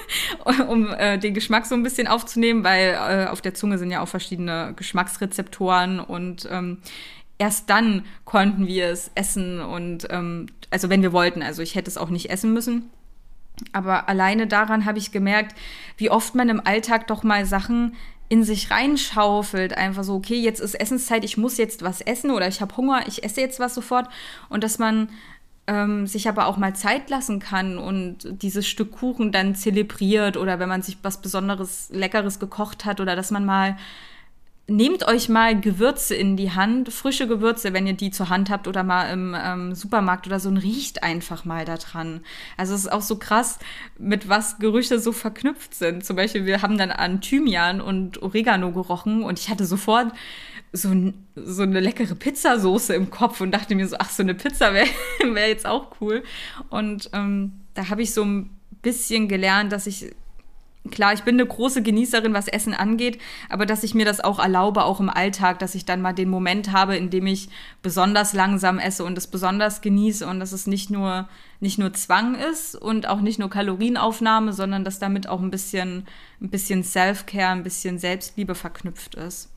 um äh, den Geschmack so ein bisschen aufzunehmen, weil äh, auf der Zunge sind ja auch verschiedene Geschmacksrezeptoren und ähm, erst dann konnten wir es essen und ähm, also wenn wir wollten, also ich hätte es auch nicht essen müssen, aber alleine daran habe ich gemerkt, wie oft man im Alltag doch mal Sachen in sich reinschaufelt, einfach so, okay, jetzt ist Essenszeit, ich muss jetzt was essen oder ich habe Hunger, ich esse jetzt was sofort und dass man Ähm, sich aber auch mal Zeit lassen kann und dieses Stück Kuchen dann zelebriert oder wenn man sich was Besonderes, Leckeres gekocht hat oder dass man mal nehmt euch mal Gewürze in die Hand, frische Gewürze, wenn ihr die zur Hand habt oder mal im ähm, Supermarkt oder so, und riecht einfach mal da dran. Also es ist auch so krass, mit was Gerüche so verknüpft sind. Zum Beispiel, wir haben dann an Thymian und Oregano gerochen und ich hatte sofort so, so eine leckere Pizzasoße im Kopf und dachte mir so, ach, so eine Pizza wäre wär jetzt auch cool. Und ähm, da habe ich so ein bisschen gelernt, dass ich Klar, ich bin eine große Genießerin, was Essen angeht, aber dass ich mir das auch erlaube, auch im Alltag, dass ich dann mal den Moment habe, in dem ich besonders langsam esse und es besonders genieße und dass es nicht nur, nicht nur Zwang ist und auch nicht nur Kalorienaufnahme, sondern dass damit auch ein bisschen, ein bisschen Self-Care, ein bisschen Selbstliebe verknüpft ist.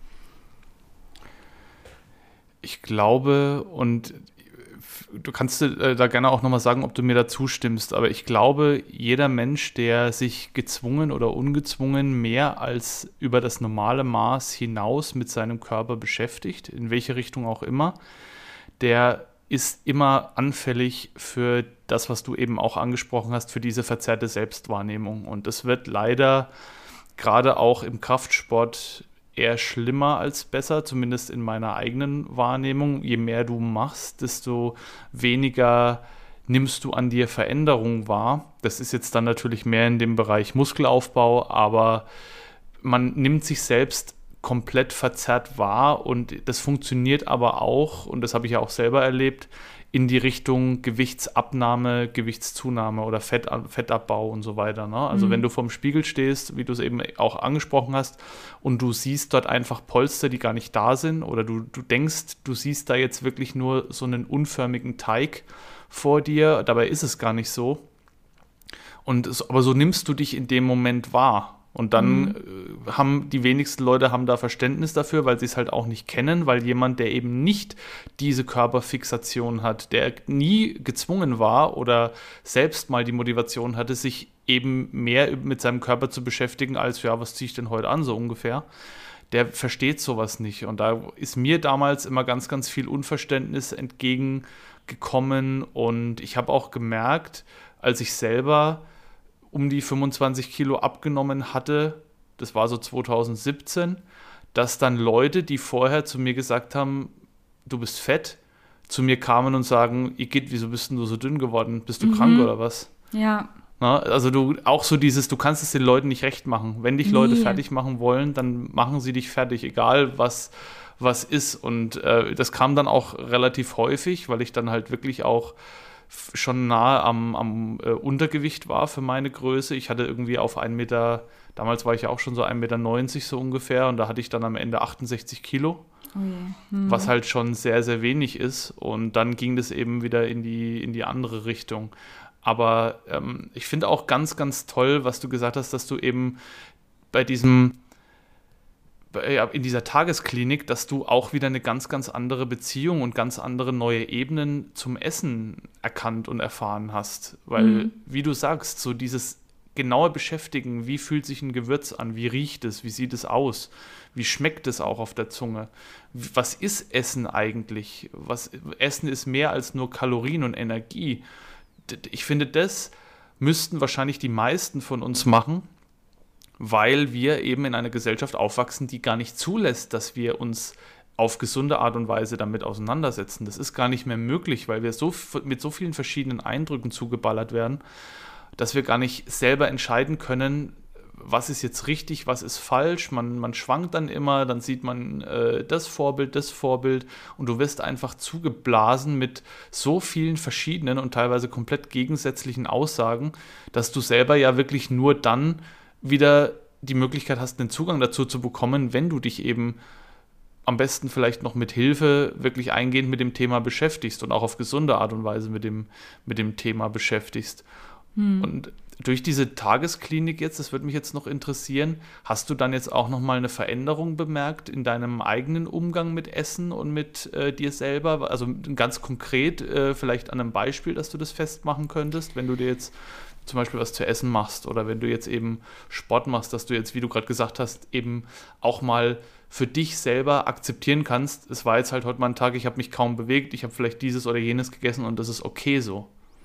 Ich glaube, und du kannst äh, da gerne auch nochmal sagen, ob du mir da zustimmst, aber ich glaube, jeder Mensch, der sich gezwungen oder ungezwungen mehr als über das normale Maß hinaus mit seinem Körper beschäftigt, in welche Richtung auch immer, der ist immer anfällig für das, was du eben auch angesprochen hast, für diese verzerrte Selbstwahrnehmung. Und das wird leider gerade auch im Kraftsport eher schlimmer als besser, zumindest in meiner eigenen Wahrnehmung. Je mehr du machst, desto weniger nimmst du an dir Veränderungen wahr. Das ist jetzt dann natürlich mehr in dem Bereich Muskelaufbau, aber man nimmt sich selbst komplett verzerrt wahr und das funktioniert aber auch, und das habe ich ja auch selber erlebt, in die Richtung Gewichtsabnahme, Gewichtszunahme oder Fett, Fettabbau und so weiter. Ne? Also mhm. wenn du vorm Spiegel stehst, wie du es eben auch angesprochen hast, und du siehst dort einfach Polster, die gar nicht da sind, oder du, du denkst, du siehst da jetzt wirklich nur so einen unförmigen Teig vor dir, dabei ist es gar nicht so. Und es, aber so nimmst du dich in dem Moment wahr. Und dann mhm. äh, haben die wenigsten Leute haben da Verständnis dafür, weil sie es halt auch nicht kennen, weil jemand, der eben nicht diese Körperfixation hat, der nie gezwungen war oder selbst mal die Motivation hatte, sich eben mehr mit seinem Körper zu beschäftigen, als, ja, was ziehe ich denn heute an, so ungefähr, der versteht sowas nicht. Und da ist mir damals immer ganz, ganz viel Unverständnis entgegengekommen. Und ich habe auch gemerkt, als ich selber um die fünfundzwanzig Kilo abgenommen hatte, das war so zwanzig siebzehn, dass dann Leute, die vorher zu mir gesagt haben, du bist fett, zu mir kamen und sagen, Igitt, wieso bist denn du so dünn geworden? Bist du mhm. krank oder was? Ja. Na, also du auch so dieses, du kannst es den Leuten nicht recht machen. Wenn dich Leute nee. fertig machen wollen, dann machen sie dich fertig, egal was, was ist. Und äh, das kam dann auch relativ häufig, weil ich dann halt wirklich auch schon nahe am, am äh, Untergewicht war für meine Größe. Ich hatte irgendwie auf einen Meter, damals war ich ja auch schon so ein Meter neunzig so ungefähr, und da hatte ich dann am Ende achtundsechzig Kilo, oh yeah. hm. was halt schon sehr, sehr wenig ist. Und dann ging das eben wieder in die, in die andere Richtung. Aber ähm, ich finde auch ganz, ganz toll, was du gesagt hast, dass du eben bei diesem in dieser Tagesklinik, dass du auch wieder eine ganz, ganz andere Beziehung und ganz andere neue Ebenen zum Essen erkannt und erfahren hast. Weil, mhm. wie du sagst, so dieses genaue Beschäftigen, wie fühlt sich ein Gewürz an, wie riecht es, wie sieht es aus, wie schmeckt es auch auf der Zunge, was ist Essen eigentlich? Was, Essen ist mehr als nur Kalorien und Energie. Ich finde, das müssten wahrscheinlich die meisten von uns machen, weil wir eben in einer Gesellschaft aufwachsen, die gar nicht zulässt, dass wir uns auf gesunde Art und Weise damit auseinandersetzen. Das ist gar nicht mehr möglich, weil wir so mit so vielen verschiedenen Eindrücken zugeballert werden, dass wir gar nicht selber entscheiden können, was ist jetzt richtig, was ist falsch. Man, man schwankt dann immer, dann sieht man äh, das Vorbild, das Vorbild, und du wirst einfach zugeblasen mit so vielen verschiedenen und teilweise komplett gegensätzlichen Aussagen, dass du selber ja wirklich nur dann wieder die Möglichkeit hast, einen Zugang dazu zu bekommen, wenn du dich eben am besten vielleicht noch mit Hilfe wirklich eingehend mit dem Thema beschäftigst und auch auf gesunde Art und Weise mit dem, mit dem Thema beschäftigst. Hm. Und durch diese Tagesklinik jetzt, das würde mich jetzt noch interessieren, hast du dann jetzt auch nochmal eine Veränderung bemerkt in deinem eigenen Umgang mit Essen und mit äh, dir selber? Also ganz konkret, äh, vielleicht an einem Beispiel, dass du das festmachen könntest, wenn du dir jetzt zum Beispiel was zu essen machst oder wenn du jetzt eben Sport machst, dass du jetzt, wie du gerade gesagt hast, eben auch mal für dich selber akzeptieren kannst, es war jetzt halt heute mal ein Tag, ich habe mich kaum bewegt, ich habe vielleicht dieses oder jenes gegessen und das ist okay so.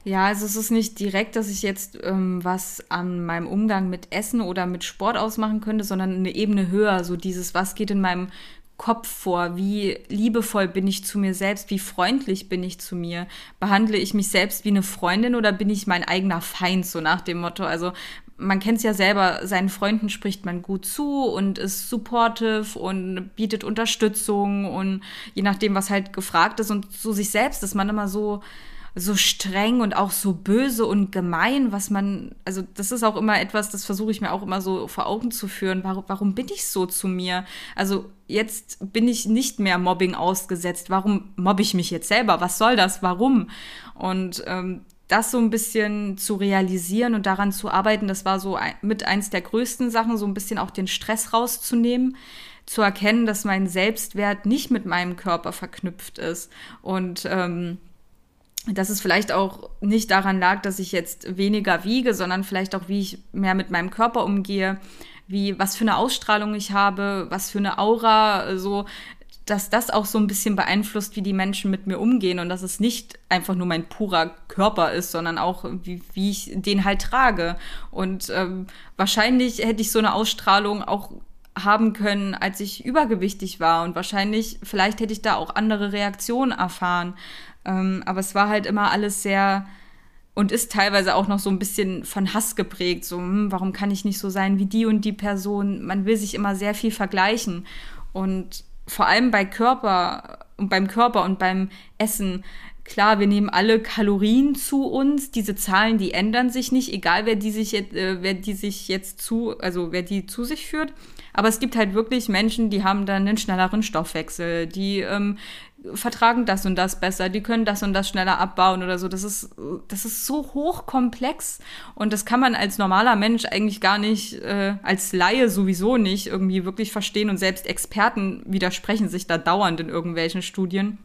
Ja, also es ist nicht direkt, dass ich jetzt ähm, was an meinem Umgang mit Essen oder mit Sport ausmachen könnte, sondern eine Ebene höher, so dieses, was geht in meinem Kopf vor, wie liebevoll bin ich zu mir selbst, wie freundlich bin ich zu mir, behandle ich mich selbst wie eine Freundin oder bin ich mein eigener Feind, so nach dem Motto, also man kennt es ja selber, seinen Freunden spricht man gut zu und ist supportive und bietet Unterstützung und je nachdem, was halt gefragt ist und so sich selbst ist man immer so so streng und auch so böse und gemein, was man, also das ist auch immer etwas, das versuche ich mir auch immer so vor Augen zu führen. Warum, warum bin ich so zu mir? Also jetzt bin ich nicht mehr Mobbing ausgesetzt. Warum mobbe ich mich jetzt selber? Was soll das? Warum? Und ähm, das so ein bisschen zu realisieren und daran zu arbeiten, das war so ein, mit eins der größten Sachen, so ein bisschen auch den Stress rauszunehmen, zu erkennen, dass mein Selbstwert nicht mit meinem Körper verknüpft ist und ähm, dass es vielleicht auch nicht daran lag, dass ich jetzt weniger wiege, sondern vielleicht auch, wie ich mehr mit meinem Körper umgehe, wie, was für eine Ausstrahlung ich habe, was für eine Aura, so, dass das auch so ein bisschen beeinflusst, wie die Menschen mit mir umgehen und dass es nicht einfach nur mein purer Körper ist, sondern auch, wie, wie ich den halt trage. Und ähm, wahrscheinlich hätte ich so eine Ausstrahlung auch haben können, als ich übergewichtig war und wahrscheinlich, vielleicht hätte ich da auch andere Reaktionen erfahren. Ähm, aber es war halt immer alles sehr und ist teilweise auch noch so ein bisschen von Hass geprägt. So, hm, warum kann ich nicht so sein wie die und die Person? Man will sich immer sehr viel vergleichen. Und vor allem bei Körper und beim Körper und beim Essen, klar, wir nehmen alle Kalorien zu uns. Diese Zahlen, die ändern sich nicht, egal wer die sich jetzt, äh, wer die sich jetzt zu, also wer die zu sich führt. Aber es gibt halt wirklich Menschen, die haben dann einen schnelleren Stoffwechsel, die ähm, vertragen das und das besser, die können das und das schneller abbauen oder so. Das ist, das ist so hochkomplex und das kann man als normaler Mensch eigentlich gar nicht, äh, als Laie sowieso nicht irgendwie wirklich verstehen und selbst Experten widersprechen sich da dauernd in irgendwelchen Studien.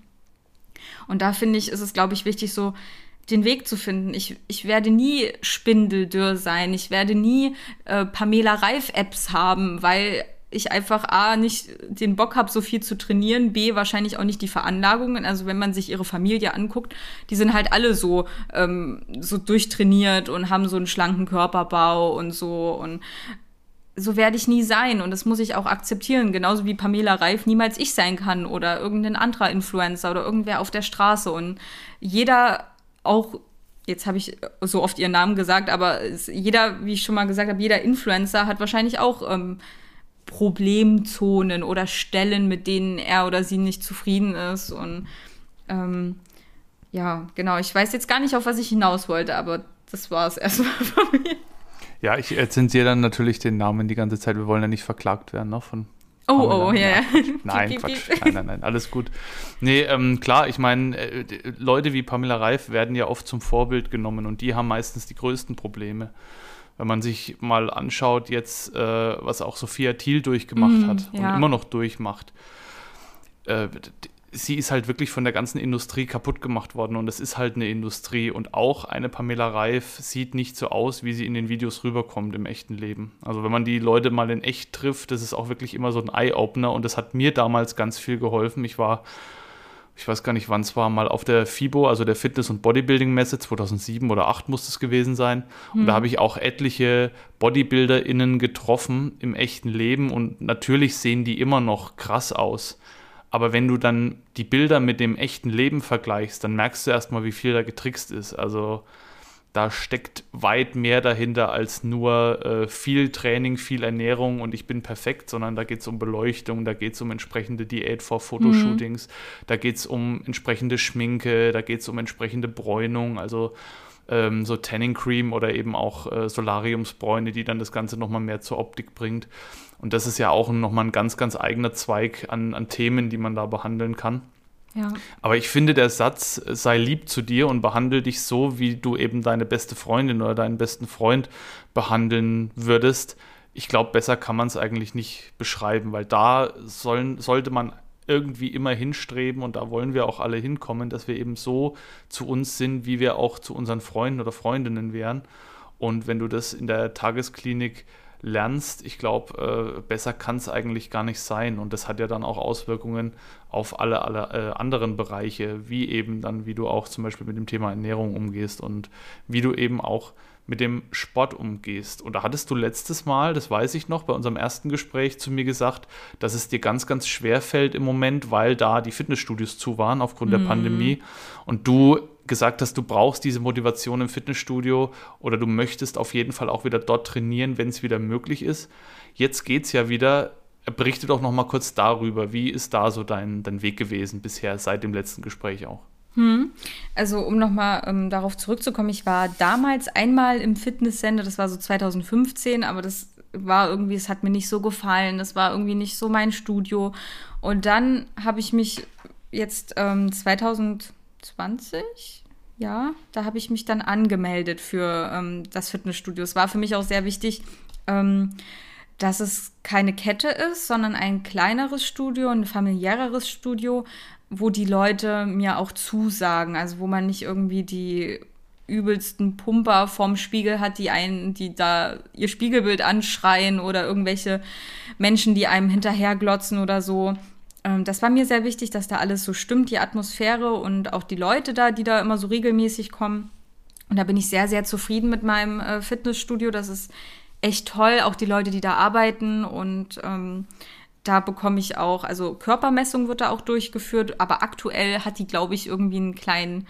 Und da finde ich, ist es, glaube ich, wichtig, so den Weg zu finden. Ich, ich werde nie spindeldürr sein. Ich werde nie äh, Pamela Reif-Apps haben, weil ich einfach A, nicht den Bock habe, so viel zu trainieren, B, wahrscheinlich auch nicht die Veranlagungen. Also wenn man sich ihre Familie anguckt, die sind halt alle so, ähm, so durchtrainiert und haben so einen schlanken Körperbau und so. Und so werde ich nie sein und das muss ich auch akzeptieren. Genauso wie Pamela Reif niemals ich sein kann oder irgendein anderer Influencer oder irgendwer auf der Straße. Und jeder auch, jetzt habe ich so oft ihren Namen gesagt, aber es, jeder, wie ich schon mal gesagt habe, jeder Influencer hat wahrscheinlich auch ähm, Problemzonen oder Stellen, mit denen er oder sie nicht zufrieden ist. Und ähm, ja, genau, ich weiß jetzt gar nicht, auf was ich hinaus wollte, aber das war es erstmal von mir. Ja, ich zensiere dann natürlich den Namen die ganze Zeit. Wir wollen ja nicht verklagt werden, ne? Von Oh, oh, ja, ja. Nein, Quatsch. Nein, nein, nein, alles gut. Nee, ähm, klar, ich meine, äh, Leute wie Pamela Reif werden ja oft zum Vorbild genommen und die haben meistens die größten Probleme. Wenn man sich mal anschaut jetzt, äh, was auch Sophia Thiel durchgemacht mm, hat ja. und immer noch durchmacht, äh, sie ist halt wirklich von der ganzen Industrie kaputt gemacht worden und es ist halt eine Industrie und auch eine Pamela Reif sieht nicht so aus, wie sie in den Videos rüberkommt im echten Leben. Also wenn man die Leute mal in echt trifft, das ist auch wirklich immer so ein Eye-Opener und das hat mir damals ganz viel geholfen. Ich war, ich weiß gar nicht wann es war, mal auf der FIBO, also der Fitness- und Bodybuilding-Messe, zweitausendsieben oder zweitausendacht muss es gewesen sein. Und hm. da habe ich auch etliche BodybuilderInnen getroffen im echten Leben und natürlich sehen die immer noch krass aus. Aber wenn du dann die Bilder mit dem echten Leben vergleichst, dann merkst du erstmal, wie viel da getrickst ist. Also da steckt weit mehr dahinter als nur äh, viel Training, viel Ernährung und ich bin perfekt, sondern da geht es um Beleuchtung, da geht es um entsprechende Diät vor Fotoshootings, mhm. da geht es um entsprechende Schminke, da geht es um entsprechende Bräunung, also ähm, so Tanning Cream oder eben auch äh, Solariumsbräune, die dann das Ganze nochmal mehr zur Optik bringt. Und das ist ja auch nochmal ein ganz, ganz eigener Zweig an, an Themen, die man da behandeln kann. Ja. Aber ich finde, der Satz, sei lieb zu dir und behandle dich so, wie du eben deine beste Freundin oder deinen besten Freund behandeln würdest, ich glaube, besser kann man es eigentlich nicht beschreiben, weil da sollen, sollte man irgendwie immer hinstreben und da wollen wir auch alle hinkommen, dass wir eben so zu uns sind, wie wir auch zu unseren Freunden oder Freundinnen wären. Und wenn du das in der Tagesklinik lernst. Ich glaube, äh, besser kann es eigentlich gar nicht sein. Und das hat ja dann auch Auswirkungen auf alle, alle äh, anderen Bereiche, wie eben dann, wie du auch zum Beispiel mit dem Thema Ernährung umgehst und wie du eben auch mit dem Sport umgehst. Und da hattest du letztes Mal, das weiß ich noch, bei unserem ersten Gespräch zu mir gesagt, dass es dir ganz, ganz schwer fällt im Moment, weil da die Fitnessstudios zu waren aufgrund mhm. der Pandemie und du gesagt hast, du brauchst diese Motivation im Fitnessstudio oder du möchtest auf jeden Fall auch wieder dort trainieren, wenn es wieder möglich ist. Jetzt geht es ja wieder. Berichte doch noch mal kurz darüber. Wie ist da so dein, dein Weg gewesen bisher, seit dem letzten Gespräch auch? Hm. Also um nochmal ähm, darauf zurückzukommen, ich war damals einmal im Fitnesscenter, das war so zwanzig fünfzehn, aber das war irgendwie, es hat mir nicht so gefallen, das war irgendwie nicht so mein Studio. Und dann habe ich mich jetzt ähm, zwanzig zwanzig, ja, da habe ich mich dann angemeldet für ähm, das Fitnessstudio. Es war für mich auch sehr wichtig, ähm, dass es keine Kette ist, sondern ein kleineres Studio, ein familiäreres Studio, wo die Leute mir auch zusagen, also wo man nicht irgendwie die übelsten Pumper vorm Spiegel hat, die einen, die da ihr Spiegelbild anschreien oder irgendwelche Menschen, die einem hinterherglotzen oder so. Ähm, das war mir sehr wichtig, dass da alles so stimmt, die Atmosphäre und auch die Leute da, die da immer so regelmäßig kommen. Und da bin ich sehr, sehr zufrieden mit meinem äh, Fitnessstudio. Das ist echt toll, auch die Leute, die da arbeiten und ähm, da bekomme ich auch, also Körpermessung wird da auch durchgeführt, aber aktuell hat die, glaube ich, irgendwie einen kleinen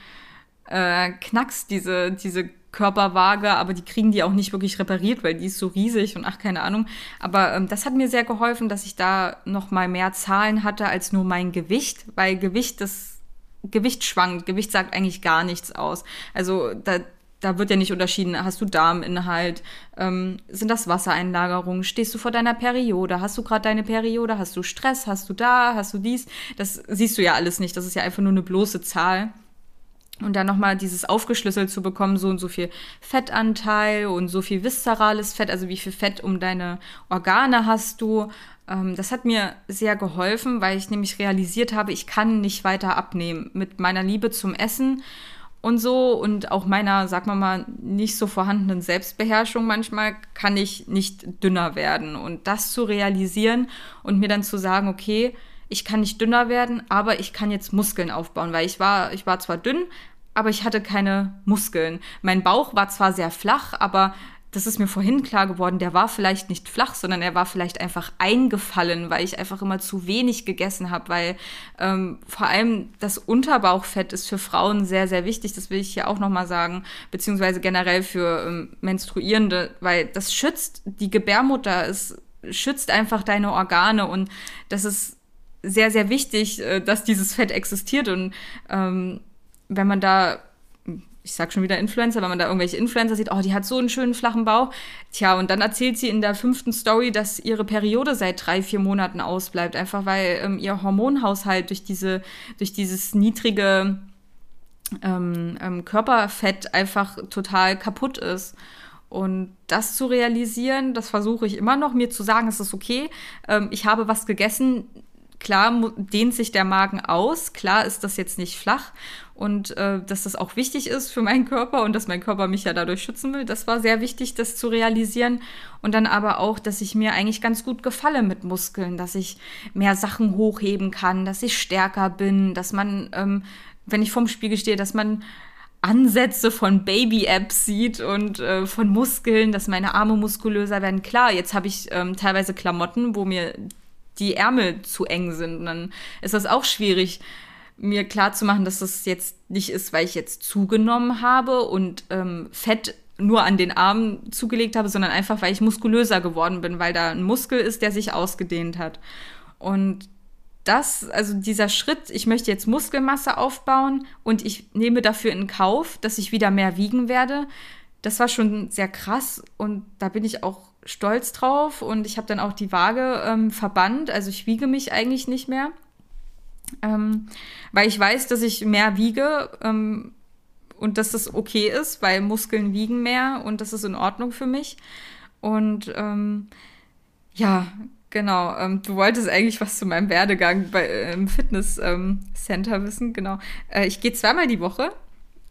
äh, Knacks, diese, diese Körperwaage, aber die kriegen die auch nicht wirklich repariert, weil die ist so riesig und ach, keine Ahnung. Aber ähm, das hat mir sehr geholfen, dass ich da noch mal mehr Zahlen hatte als nur mein Gewicht, weil Gewicht, das Gewicht schwankt, Gewicht sagt eigentlich gar nichts aus. Also da Da wird ja nicht unterschieden, hast du Darminhalt, ähm, sind das Wassereinlagerungen, stehst du vor deiner Periode, hast du gerade deine Periode, hast du Stress, hast du da, hast du dies, das siehst du ja alles nicht, das ist ja einfach nur eine bloße Zahl. Und dann nochmal dieses aufgeschlüsselt zu bekommen, so und so viel Fettanteil und so viel viszerales Fett, also wie viel Fett um deine Organe hast du. Ähm, das hat mir sehr geholfen, weil ich nämlich realisiert habe, ich kann nicht weiter abnehmen mit meiner Liebe zum Essen und so und auch meiner, sag mal mal, nicht so vorhandenen Selbstbeherrschung manchmal kann ich nicht dünner werden. Und das zu realisieren und mir dann zu sagen, okay, ich kann nicht dünner werden, aber ich kann jetzt Muskeln aufbauen, weil ich war, ich war zwar dünn, aber ich hatte keine Muskeln. Mein Bauch war zwar sehr flach, aber das ist mir vorhin klar geworden, der war vielleicht nicht flach, sondern er war vielleicht einfach eingefallen, weil ich einfach immer zu wenig gegessen habe, weil ähm, vor allem das Unterbauchfett ist für Frauen sehr, sehr wichtig, das will ich hier auch nochmal sagen, beziehungsweise generell für ähm, Menstruierende, weil das schützt die Gebärmutter, es schützt einfach deine Organe und das ist sehr, sehr wichtig, äh, dass dieses Fett existiert und ähm, wenn man da ich sag schon wieder Influencer, wenn man da irgendwelche Influencer sieht, oh, die hat so einen schönen flachen Bauch. Tja, und dann erzählt sie in der fünften Story, dass ihre Periode seit drei, vier Monaten ausbleibt. Einfach weil ähm, ihr Hormonhaushalt durch diese, durch dieses niedrige ähm, ähm, Körperfett einfach total kaputt ist. Und das zu realisieren, das versuche ich immer noch, mir zu sagen, es ist okay, ähm, ich habe was gegessen. Klar dehnt sich der Magen aus, klar ist das jetzt nicht flach und äh, dass das auch wichtig ist für meinen Körper und dass mein Körper mich ja dadurch schützen will, das war sehr wichtig, das zu realisieren. Und dann aber auch, dass ich mir eigentlich ganz gut gefalle mit Muskeln, dass ich mehr Sachen hochheben kann, dass ich stärker bin, dass man, ähm, wenn ich vorm Spiegel stehe, dass man Ansätze von Baby-Apps sieht und äh, von Muskeln, dass meine Arme muskulöser werden. Klar, jetzt habe ich ähm, teilweise Klamotten, wo mir die Ärmel zu eng sind. Und dann ist das auch schwierig, mir klarzumachen, dass das jetzt nicht ist, weil ich jetzt zugenommen habe und ähm, Fett nur an den Armen zugelegt habe, sondern einfach, weil ich muskulöser geworden bin, weil da ein Muskel ist, der sich ausgedehnt hat. Und das, also dieser Schritt, ich möchte jetzt Muskelmasse aufbauen und ich nehme dafür in Kauf, dass ich wieder mehr wiegen werde, das war schon sehr krass und da bin ich auch stolz drauf und ich habe dann auch die Waage ähm, verbannt, also ich wiege mich eigentlich nicht mehr, ähm, weil ich weiß, dass ich mehr wiege ähm, und dass das okay ist, weil Muskeln wiegen mehr und das ist in Ordnung für mich und ähm, ja, genau, ähm, du wolltest eigentlich was zu meinem Werdegang bei, äh, im Fitnesscenter ähm, wissen, genau. Äh, ich gehe zweimal die Woche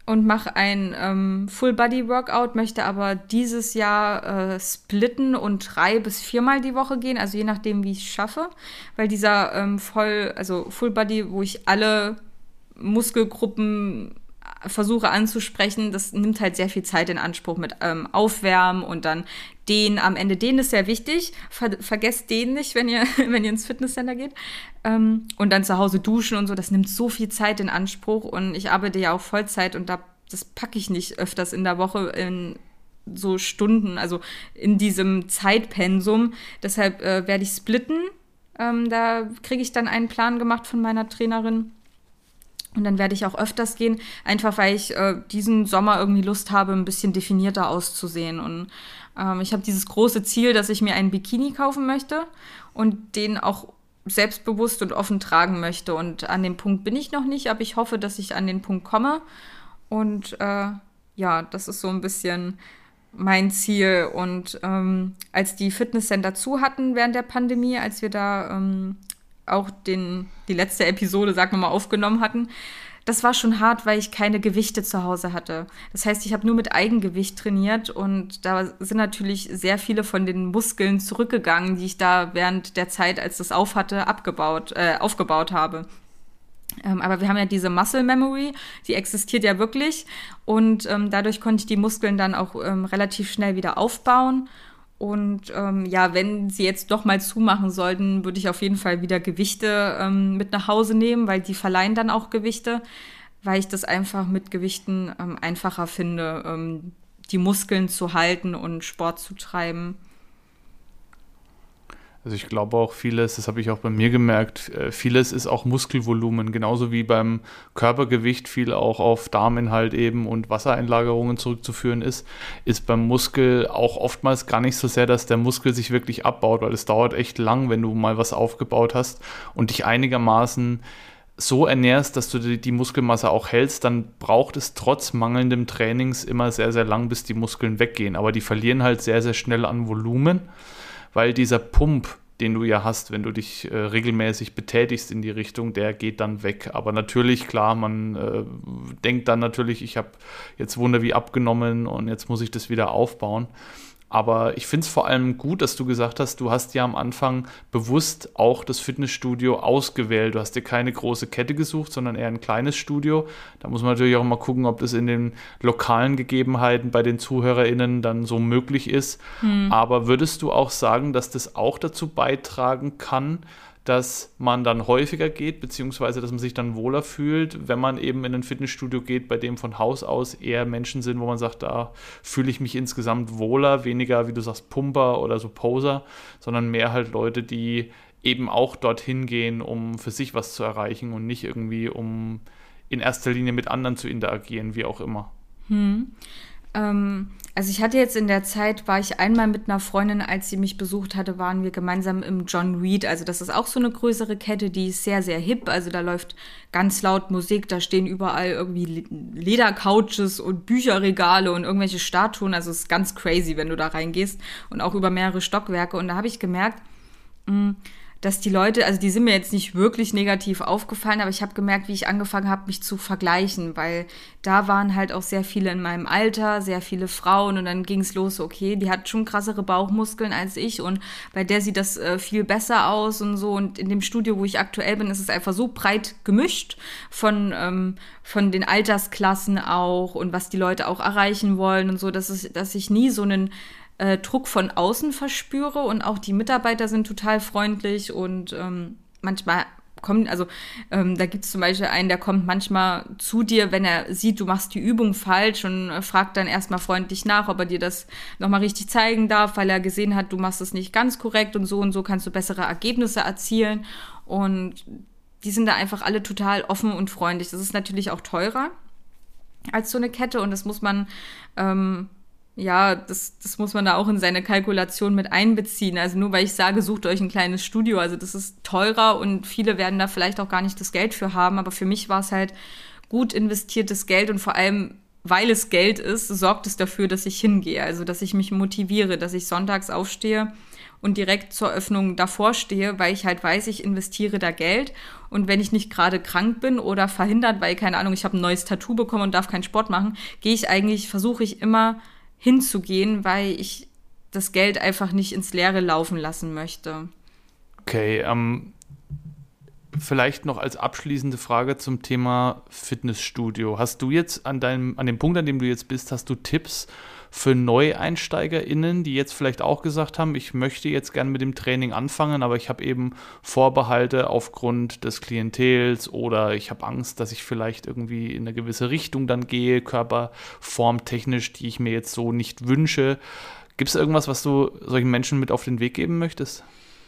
und mache ein ähm, Full-Body-Workout, möchte aber dieses Jahr äh, splitten und drei bis viermal die Woche gehen, also je nachdem, wie ich es schaffe, weil dieser ähm, voll, also Full-Body, wo ich alle Muskelgruppen versuche anzusprechen, das nimmt halt sehr viel Zeit in Anspruch mit ähm, Aufwärmen und dann Dehnen. Am Ende Dehnen ist sehr wichtig. Ver- vergesst Dehnen nicht, wenn ihr, wenn ihr ins Fitnesscenter geht. Ähm, und dann zu Hause duschen und so, das nimmt so viel Zeit in Anspruch. Und ich arbeite ja auch Vollzeit und da, das packe ich nicht öfters in der Woche in so Stunden, also in diesem Zeitpensum. Deshalb äh, werde ich splitten. Ähm, da kriege ich dann einen Plan gemacht von meiner Trainerin. Und dann werde ich auch öfters gehen, einfach weil ich äh, diesen Sommer irgendwie Lust habe, ein bisschen definierter auszusehen. Und ähm, ich habe dieses große Ziel, dass ich mir einen Bikini kaufen möchte und den auch selbstbewusst und offen tragen möchte. Und an dem Punkt bin ich noch nicht, aber ich hoffe, dass ich an den Punkt komme. Und äh, ja, das ist so ein bisschen mein Ziel. Und ähm, als die Fitnesscenter zu hatten während der Pandemie, als wir da ähm, auch den, die letzte Episode, sagen wir mal, aufgenommen hatten, das war schon hart, weil ich keine Gewichte zu Hause hatte. Das heißt, ich habe nur mit Eigengewicht trainiert und da sind natürlich sehr viele von den Muskeln zurückgegangen, die ich da während der Zeit, als das auf hatte, abgebaut, äh, aufgebaut habe. Ähm, aber wir haben ja diese Muscle Memory, die existiert ja wirklich und ähm, dadurch konnte ich die Muskeln dann auch ähm, relativ schnell wieder aufbauen. Und ähm, ja, wenn sie jetzt doch mal zumachen sollten, würde ich auf jeden Fall wieder Gewichte ähm, mit nach Hause nehmen, weil die verleihen dann auch Gewichte, weil ich das einfach mit Gewichten ähm, einfacher finde, ähm, die Muskeln zu halten und Sport zu treiben. Also ich glaube auch vieles, das habe ich auch bei mir gemerkt, vieles ist auch Muskelvolumen, genauso wie beim Körpergewicht viel auch auf Darminhalt eben und Wassereinlagerungen zurückzuführen ist, ist beim Muskel auch oftmals gar nicht so sehr, dass der Muskel sich wirklich abbaut, weil es dauert echt lang, wenn du mal was aufgebaut hast und dich einigermaßen so ernährst, dass du die, die Muskelmasse auch hältst, dann braucht es trotz mangelndem Trainings immer sehr, sehr lang, bis die Muskeln weggehen, aber die verlieren halt sehr, sehr schnell an Volumen, weil dieser Pump, den du ja hast, wenn du dich äh, regelmäßig betätigst in die Richtung, der geht dann weg. Aber natürlich, klar, man äh, denkt dann natürlich, ich habe jetzt Wunder wie abgenommen und jetzt muss ich das wieder aufbauen. Aber ich finde es vor allem gut, dass du gesagt hast, du hast ja am Anfang bewusst auch das Fitnessstudio ausgewählt. Du hast dir keine große Kette gesucht, sondern eher ein kleines Studio. Da muss man natürlich auch mal gucken, ob das in den lokalen Gegebenheiten bei den ZuhörerInnen dann so möglich ist. Hm. Aber würdest du auch sagen, dass das auch dazu beitragen kann, dass man dann häufiger geht, beziehungsweise dass man sich dann wohler fühlt, wenn man eben in ein Fitnessstudio geht, bei dem von Haus aus eher Menschen sind, wo man sagt, da fühle ich mich insgesamt wohler, weniger, wie du sagst, Pumper oder so Poser, sondern mehr halt Leute, die eben auch dorthin gehen, um für sich was zu erreichen und nicht irgendwie, um in erster Linie mit anderen zu interagieren, wie auch immer. Hm. Ähm, also ich hatte jetzt in der Zeit, war ich einmal mit einer Freundin, als sie mich besucht hatte, waren wir gemeinsam im John Reed. Also das ist auch so eine größere Kette, die ist sehr, sehr hip. Also da läuft ganz laut Musik, da stehen überall irgendwie Ledercouches und Bücherregale und irgendwelche Statuen. Also es ist ganz crazy, wenn du da reingehst und auch über mehrere Stockwerke. Und da habe ich gemerkt, mh, dass die Leute, also die sind mir jetzt nicht wirklich negativ aufgefallen, aber ich habe gemerkt, wie ich angefangen habe, mich zu vergleichen, weil da waren halt auch sehr viele in meinem Alter, sehr viele Frauen und dann ging es los, okay, die hat schon krassere Bauchmuskeln als ich und bei der sieht das äh, viel besser aus und so und in dem Studio, wo ich aktuell bin, ist es einfach so breit gemischt von, ähm, von den Altersklassen auch und was die Leute auch erreichen wollen und so, dass, es, dass ich nie so einen Äh, Druck von außen verspüre und auch die Mitarbeiter sind total freundlich und ähm, manchmal kommt, also ähm, da gibt es zum Beispiel einen, der kommt manchmal zu dir, wenn er sieht, du machst die Übung falsch und äh, fragt dann erstmal freundlich nach, ob er dir das nochmal richtig zeigen darf, weil er gesehen hat, du machst es nicht ganz korrekt und so und so kannst du bessere Ergebnisse erzielen und die sind da einfach alle total offen und freundlich. Das ist natürlich auch teurer als so eine Kette und das muss man ähm, Ja, das, das muss man da auch in seine Kalkulation mit einbeziehen. Also nur weil ich sage, sucht euch ein kleines Studio. Also das ist teurer und viele werden da vielleicht auch gar nicht das Geld für haben. Aber für mich war es halt gut investiertes Geld und vor allem, weil es Geld ist, sorgt es dafür, dass ich hingehe. Also dass ich mich motiviere, dass ich sonntags aufstehe und direkt zur Öffnung davor stehe, weil ich halt weiß, ich investiere da Geld. Und wenn ich nicht gerade krank bin oder verhindert, weil, keine Ahnung, ich habe ein neues Tattoo bekommen und darf keinen Sport machen, gehe ich eigentlich, versuche ich immer hinzugehen, weil ich das Geld einfach nicht ins Leere laufen lassen möchte. Okay, ähm, vielleicht noch als abschließende Frage zum Thema Fitnessstudio. Hast du jetzt an deinem, an dem Punkt, an dem du jetzt bist, hast du Tipps für NeueinsteigerInnen, die jetzt vielleicht auch gesagt haben, ich möchte jetzt gerne mit dem Training anfangen, aber ich habe eben Vorbehalte aufgrund des Klientels oder ich habe Angst, dass ich vielleicht irgendwie in eine gewisse Richtung dann gehe, körperformtechnisch, die ich mir jetzt so nicht wünsche. Gibt es irgendwas, was du solchen Menschen mit auf den Weg geben möchtest?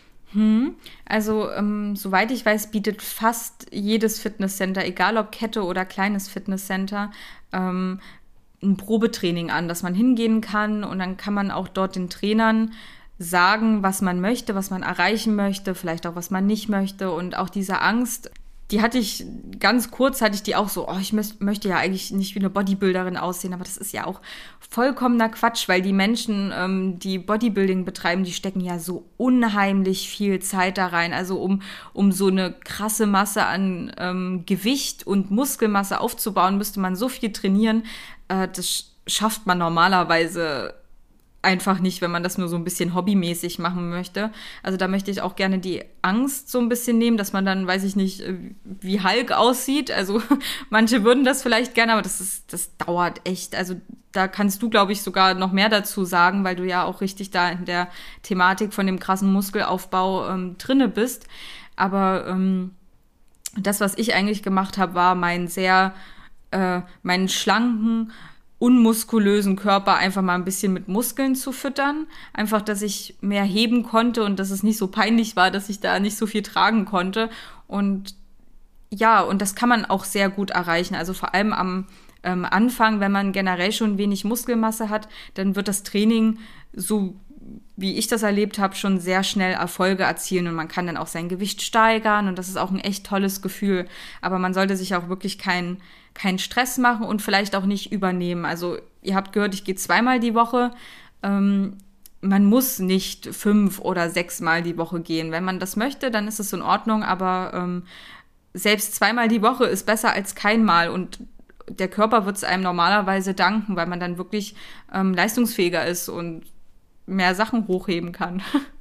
Hm. Also, ähm, soweit ich weiß, bietet fast jedes Fitnesscenter, egal ob Kette oder kleines Fitnesscenter, ähm, ein Probetraining an, dass man hingehen kann und dann kann man auch dort den Trainern sagen, was man möchte, was man erreichen möchte, vielleicht auch was man nicht möchte und auch diese Angst, die hatte ich ganz kurz, hatte ich die auch so, oh, ich möcht, möchte ja eigentlich nicht wie eine Bodybuilderin aussehen, aber das ist ja auch vollkommener Quatsch, weil die Menschen, ähm, die Bodybuilding betreiben, die stecken ja so unheimlich viel Zeit da rein, also um, um so eine krasse Masse an ähm, Gewicht und Muskelmasse aufzubauen, müsste man so viel trainieren, äh, das schafft man normalerweise einfach nicht, wenn man das nur so ein bisschen hobbymäßig machen möchte. Also da möchte ich auch gerne die Angst so ein bisschen nehmen, dass man dann, weiß ich nicht, wie Hulk aussieht. Also manche würden das vielleicht gerne, aber das ist, das dauert echt. Also da kannst du, glaube ich, sogar noch mehr dazu sagen, weil du ja auch richtig da in der Thematik von dem krassen Muskelaufbau ähm, drinne bist. Aber ähm, das, was ich eigentlich gemacht habe, war meinen sehr, äh, meinen schlanken, unmuskulösen Körper einfach mal ein bisschen mit Muskeln zu füttern. Einfach, dass ich mehr heben konnte und dass es nicht so peinlich war, dass ich da nicht so viel tragen konnte. Und ja, und das kann man auch sehr gut erreichen. Also vor allem am ähm, Anfang, wenn man generell schon wenig Muskelmasse hat, dann wird das Training, so wie ich das erlebt habe, schon sehr schnell Erfolge erzielen und man kann dann auch sein Gewicht steigern und das ist auch ein echt tolles Gefühl. Aber man sollte sich auch wirklich keinen keinen Stress machen und vielleicht auch nicht übernehmen. Also ihr habt gehört, ich gehe zweimal die Woche. Ähm, man muss nicht fünf oder sechs Mal die Woche gehen. Wenn man das möchte, dann ist es in Ordnung, aber ähm, selbst zweimal die Woche ist besser als kein Mal und der Körper wird es einem normalerweise danken, weil man dann wirklich ähm, leistungsfähiger ist und mehr Sachen hochheben kann.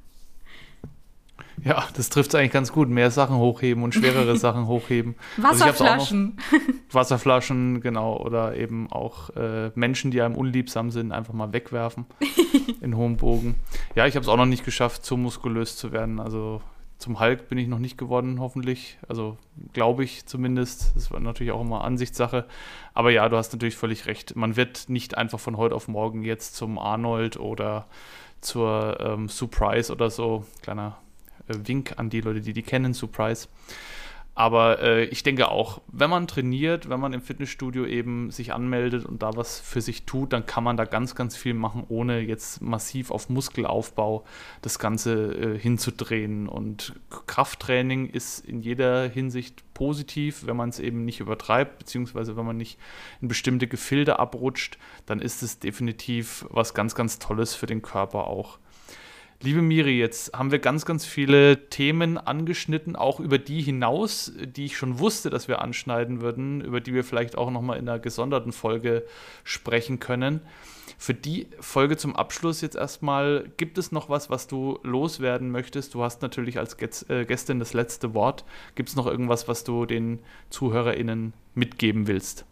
Ja, das trifft es eigentlich ganz gut. Mehr Sachen hochheben und schwerere Sachen hochheben. Wasserflaschen. Also Wasserflaschen, genau. Oder eben auch äh, Menschen, die einem unliebsam sind, einfach mal wegwerfen in hohem Bogen. Ja, ich habe es auch noch nicht geschafft, so muskulös zu werden. Also zum Hulk bin ich noch nicht geworden, hoffentlich. Also glaube ich zumindest. Das war natürlich auch immer Ansichtssache. Aber ja, du hast natürlich völlig recht. Man wird nicht einfach von heute auf morgen jetzt zum Arnold oder zur ähm, Surprise oder so. Kleiner Wink an die Leute, die die kennen, Surprise. Aber äh, ich denke auch, wenn man trainiert, wenn man im Fitnessstudio eben sich anmeldet und da was für sich tut, dann kann man da ganz, ganz viel machen, ohne jetzt massiv auf Muskelaufbau das Ganze äh, hinzudrehen. Und Krafttraining ist in jeder Hinsicht positiv, wenn man es eben nicht übertreibt, beziehungsweise wenn man nicht in bestimmte Gefilde abrutscht, dann ist es definitiv was ganz, ganz Tolles für den Körper auch. Liebe Miri, jetzt haben wir ganz, ganz viele Themen angeschnitten, auch über die hinaus, die ich schon wusste, dass wir anschneiden würden, über die wir vielleicht auch nochmal in einer gesonderten Folge sprechen können. Für die Folge zum Abschluss jetzt erstmal, gibt es noch was, was du loswerden möchtest? Du hast natürlich als Gästin das letzte Wort. Gibt es noch irgendwas, was du den ZuhörerInnen mitgeben willst?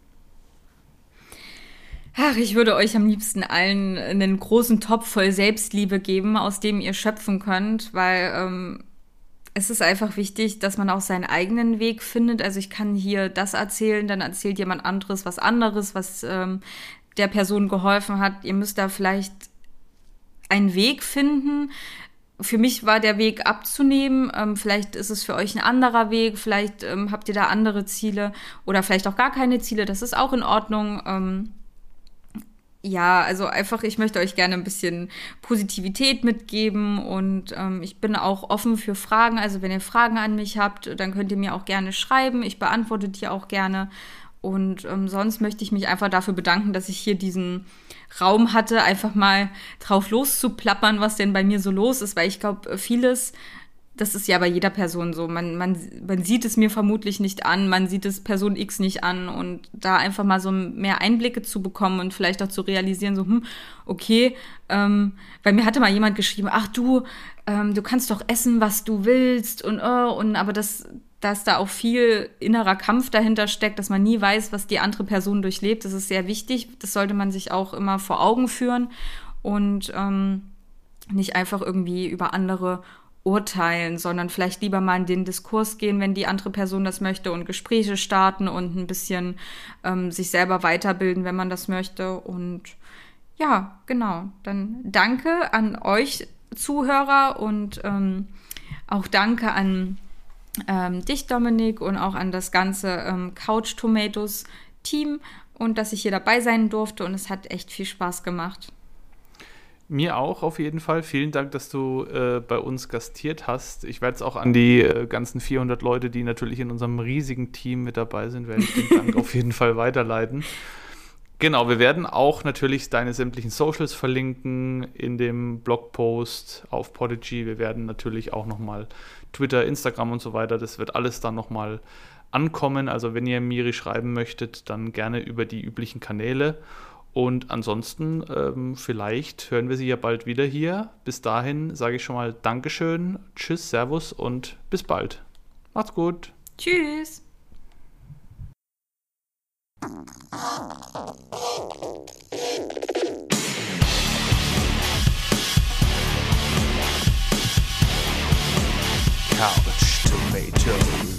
Ach, ich würde euch am liebsten allen einen großen Topf voll Selbstliebe geben, aus dem ihr schöpfen könnt, weil ähm, es ist einfach wichtig, dass man auch seinen eigenen Weg findet. Also ich kann hier das erzählen, dann erzählt jemand anderes was anderes, was ähm, der Person geholfen hat. Ihr müsst da vielleicht einen Weg finden. Für mich war der Weg abzunehmen, ähm, vielleicht ist es für euch ein anderer Weg, vielleicht ähm, habt ihr da andere Ziele oder vielleicht auch gar keine Ziele, das ist auch in Ordnung. Ähm, Ja, also einfach, ich möchte euch gerne ein bisschen Positivität mitgeben und ähm, ich bin auch offen für Fragen. Also wenn ihr Fragen an mich habt, dann könnt ihr mir auch gerne schreiben. Ich beantworte die auch gerne. Und ähm, sonst möchte ich mich einfach dafür bedanken, dass ich hier diesen Raum hatte, einfach mal drauf loszuplappern, was denn bei mir so los ist, weil ich glaube, vieles, das ist ja bei jeder Person so, man, man, man sieht es mir vermutlich nicht an, man sieht es Person X nicht an und da einfach mal so mehr Einblicke zu bekommen und vielleicht auch zu realisieren, so, hm, okay, ähm, weil mir hatte mal jemand geschrieben, ach du, ähm, du kannst doch essen, was du willst und, oh, und aber das, dass da auch viel innerer Kampf dahinter steckt, dass man nie weiß, was die andere Person durchlebt. Das ist sehr wichtig. Das sollte man sich auch immer vor Augen führen und ähm, nicht einfach irgendwie über andere urteilen, sondern vielleicht lieber mal in den Diskurs gehen, wenn die andere Person das möchte und Gespräche starten und ein bisschen ähm, sich selber weiterbilden, wenn man das möchte. Und ja, genau. Dann danke an euch Zuhörer und ähm, auch danke an Ähm, dich, Dominik, und auch an das ganze ähm, Couch Tomatoes Team und dass ich hier dabei sein durfte und es hat echt viel Spaß gemacht. Mir auch auf jeden Fall. Vielen Dank, dass du äh, bei uns gastiert hast. Ich werde es auch an die äh, ganzen vierhundert Leute, die natürlich in unserem riesigen Team mit dabei sind, werde ich den Dank auf jeden Fall weiterleiten. Genau, wir werden auch natürlich deine sämtlichen Socials verlinken in dem Blogpost auf Podigy. Wir werden natürlich auch nochmal Twitter, Instagram und so weiter, das wird alles dann nochmal ankommen. Also wenn ihr Miri schreiben möchtet, dann gerne über die üblichen Kanäle. Und ansonsten, ähm, vielleicht hören wir sie ja bald wieder hier. Bis dahin sage ich schon mal Dankeschön, Tschüss, Servus und bis bald. Macht's gut. Tschüss. Couch Tomatoes.